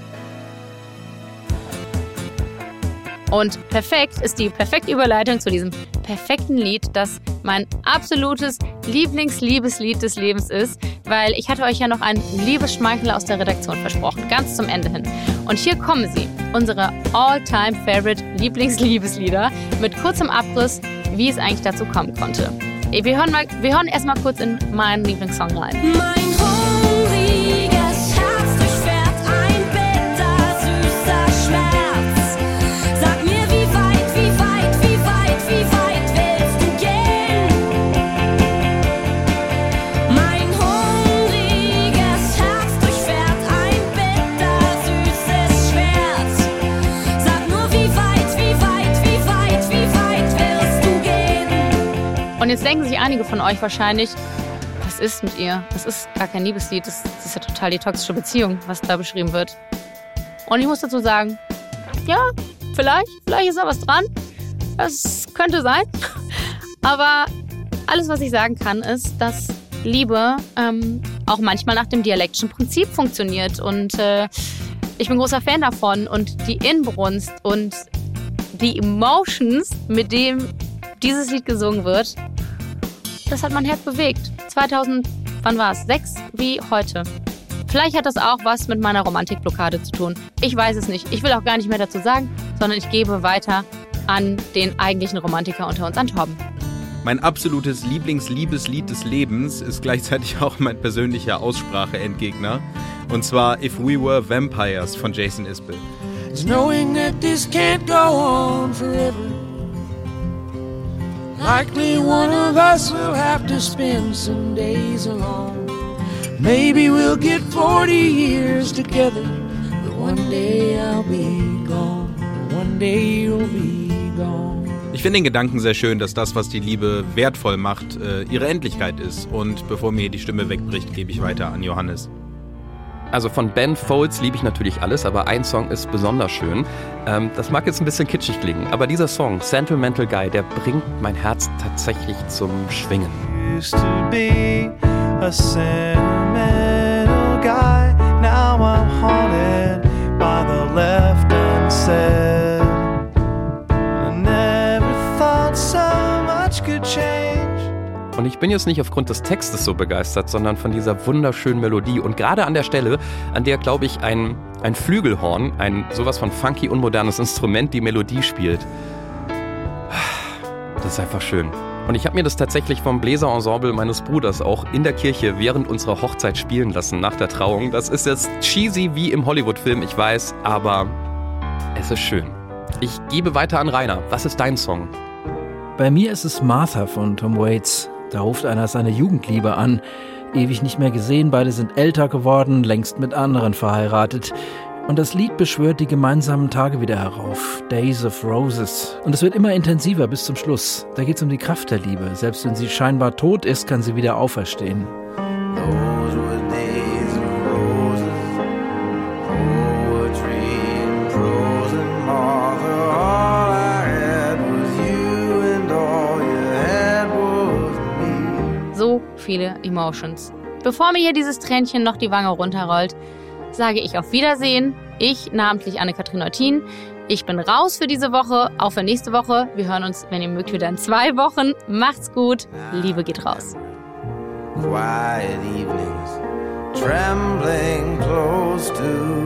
Und perfekt ist die perfekte Überleitung zu diesem perfekten Lied, das mein absolutes Lieblings-Liebeslied des Lebens ist, weil ich hatte euch ja noch einen Liebesschmeichler aus der Redaktion versprochen, ganz zum Ende hin. Und hier kommen sie, unsere All-Time-Favorite Lieblings-Liebeslieder mit kurzem Abriss, wie es eigentlich dazu kommen konnte. Wir hören, mal, wir hören erst mal kurz in meinen Lieblingssong rein. Mein hungriges Herz durchfährt ein bitter, süßer Schmerz. Sag mir, wie weit, wie weit, wie weit, wie weit willst du gehen? Mein hungriges Herz durchfährt ein bitter, süßes Schmerz. Sag nur, wie weit, wie weit, wie weit, wie weit willst du gehen? Und jetzt denken sich einige von euch wahrscheinlich, was ist mit ihr? Das ist gar kein Liebeslied, das, das ist ja total die toxische Beziehung, was da beschrieben wird. Und ich muss dazu sagen, ja, vielleicht, vielleicht ist da was dran. Das könnte sein. Aber alles, was ich sagen kann, ist, dass Liebe ähm, auch manchmal nach dem dialektischen Prinzip funktioniert. Und äh, ich bin großer Fan davon. Und die Inbrunst und die Emotions, mit dem dieses Lied gesungen wird, das hat mein Herz bewegt. zweitausend, wann war es? sechs wie heute. Vielleicht hat das auch was mit meiner Romantikblockade zu tun. Ich weiß es nicht. Ich will auch gar nicht mehr dazu sagen, sondern ich gebe weiter an den eigentlichen Romantiker unter uns, an Torben. Mein absolutes Lieblings-Liebeslied des Lebens ist gleichzeitig auch mein persönlicher Aussprache-Endgegner. Und zwar If We Were Vampires von Jason Isbell. Knowing that this can't go on forever. Likely one of us will have to spend some days alone. Maybe we'll get forty years together, but one day I'll be gone. One day you'll be gone. Ich finde den Gedanken sehr schön, dass das, was die Liebe wertvoll macht, ihre Endlichkeit ist. Und bevor mir die Stimme wegbricht, gebe ich weiter an Johannes. Also von Ben Folds liebe ich natürlich alles, aber ein Song ist besonders schön. Ähm, das mag jetzt ein bisschen kitschig klingen, aber dieser Song, Sentimental Guy, der bringt mein Herz tatsächlich zum Schwingen. Used to be a sentimental guy. Now I'm haunted by the left unsaid. I never thought so much could change. Und ich bin jetzt nicht aufgrund des Textes so begeistert, sondern von dieser wunderschönen Melodie. Und gerade an der Stelle, an der, glaube ich, ein, ein Flügelhorn, ein sowas von funky, unmodernes Instrument, die Melodie spielt. Das ist einfach schön. Und ich habe mir das tatsächlich vom Bläserensemble meines Bruders auch in der Kirche während unserer Hochzeit spielen lassen, nach der Trauung. Das ist jetzt cheesy wie im Hollywood-Film, ich weiß, aber es ist schön. Ich gebe weiter an Rainer. Was ist dein Song? Bei mir ist es Martha von Tom Waits. Da ruft einer seine Jugendliebe an. Ewig nicht mehr gesehen, beide sind älter geworden, längst mit anderen verheiratet. Und das Lied beschwört die gemeinsamen Tage wieder herauf. Days of Roses. Und es wird immer intensiver bis zum Schluss. Da geht es um die Kraft der Liebe. Selbst wenn sie scheinbar tot ist, kann sie wieder auferstehen. Those were days of roses, poetry and prose and Martha. All I had was you and all you had was me. So viele Emotions. Bevor mir hier dieses Tränchen noch die Wange runterrollt, sage ich auf Wiedersehen. Ich, namentlich Anne-Kathrin Eutin. Ich bin raus für diese Woche, auch für nächste Woche. Wir hören uns, wenn ihr mögt, wieder in zwei Wochen. Macht's gut. Liebe geht raus. Quiet evenings, trembling close to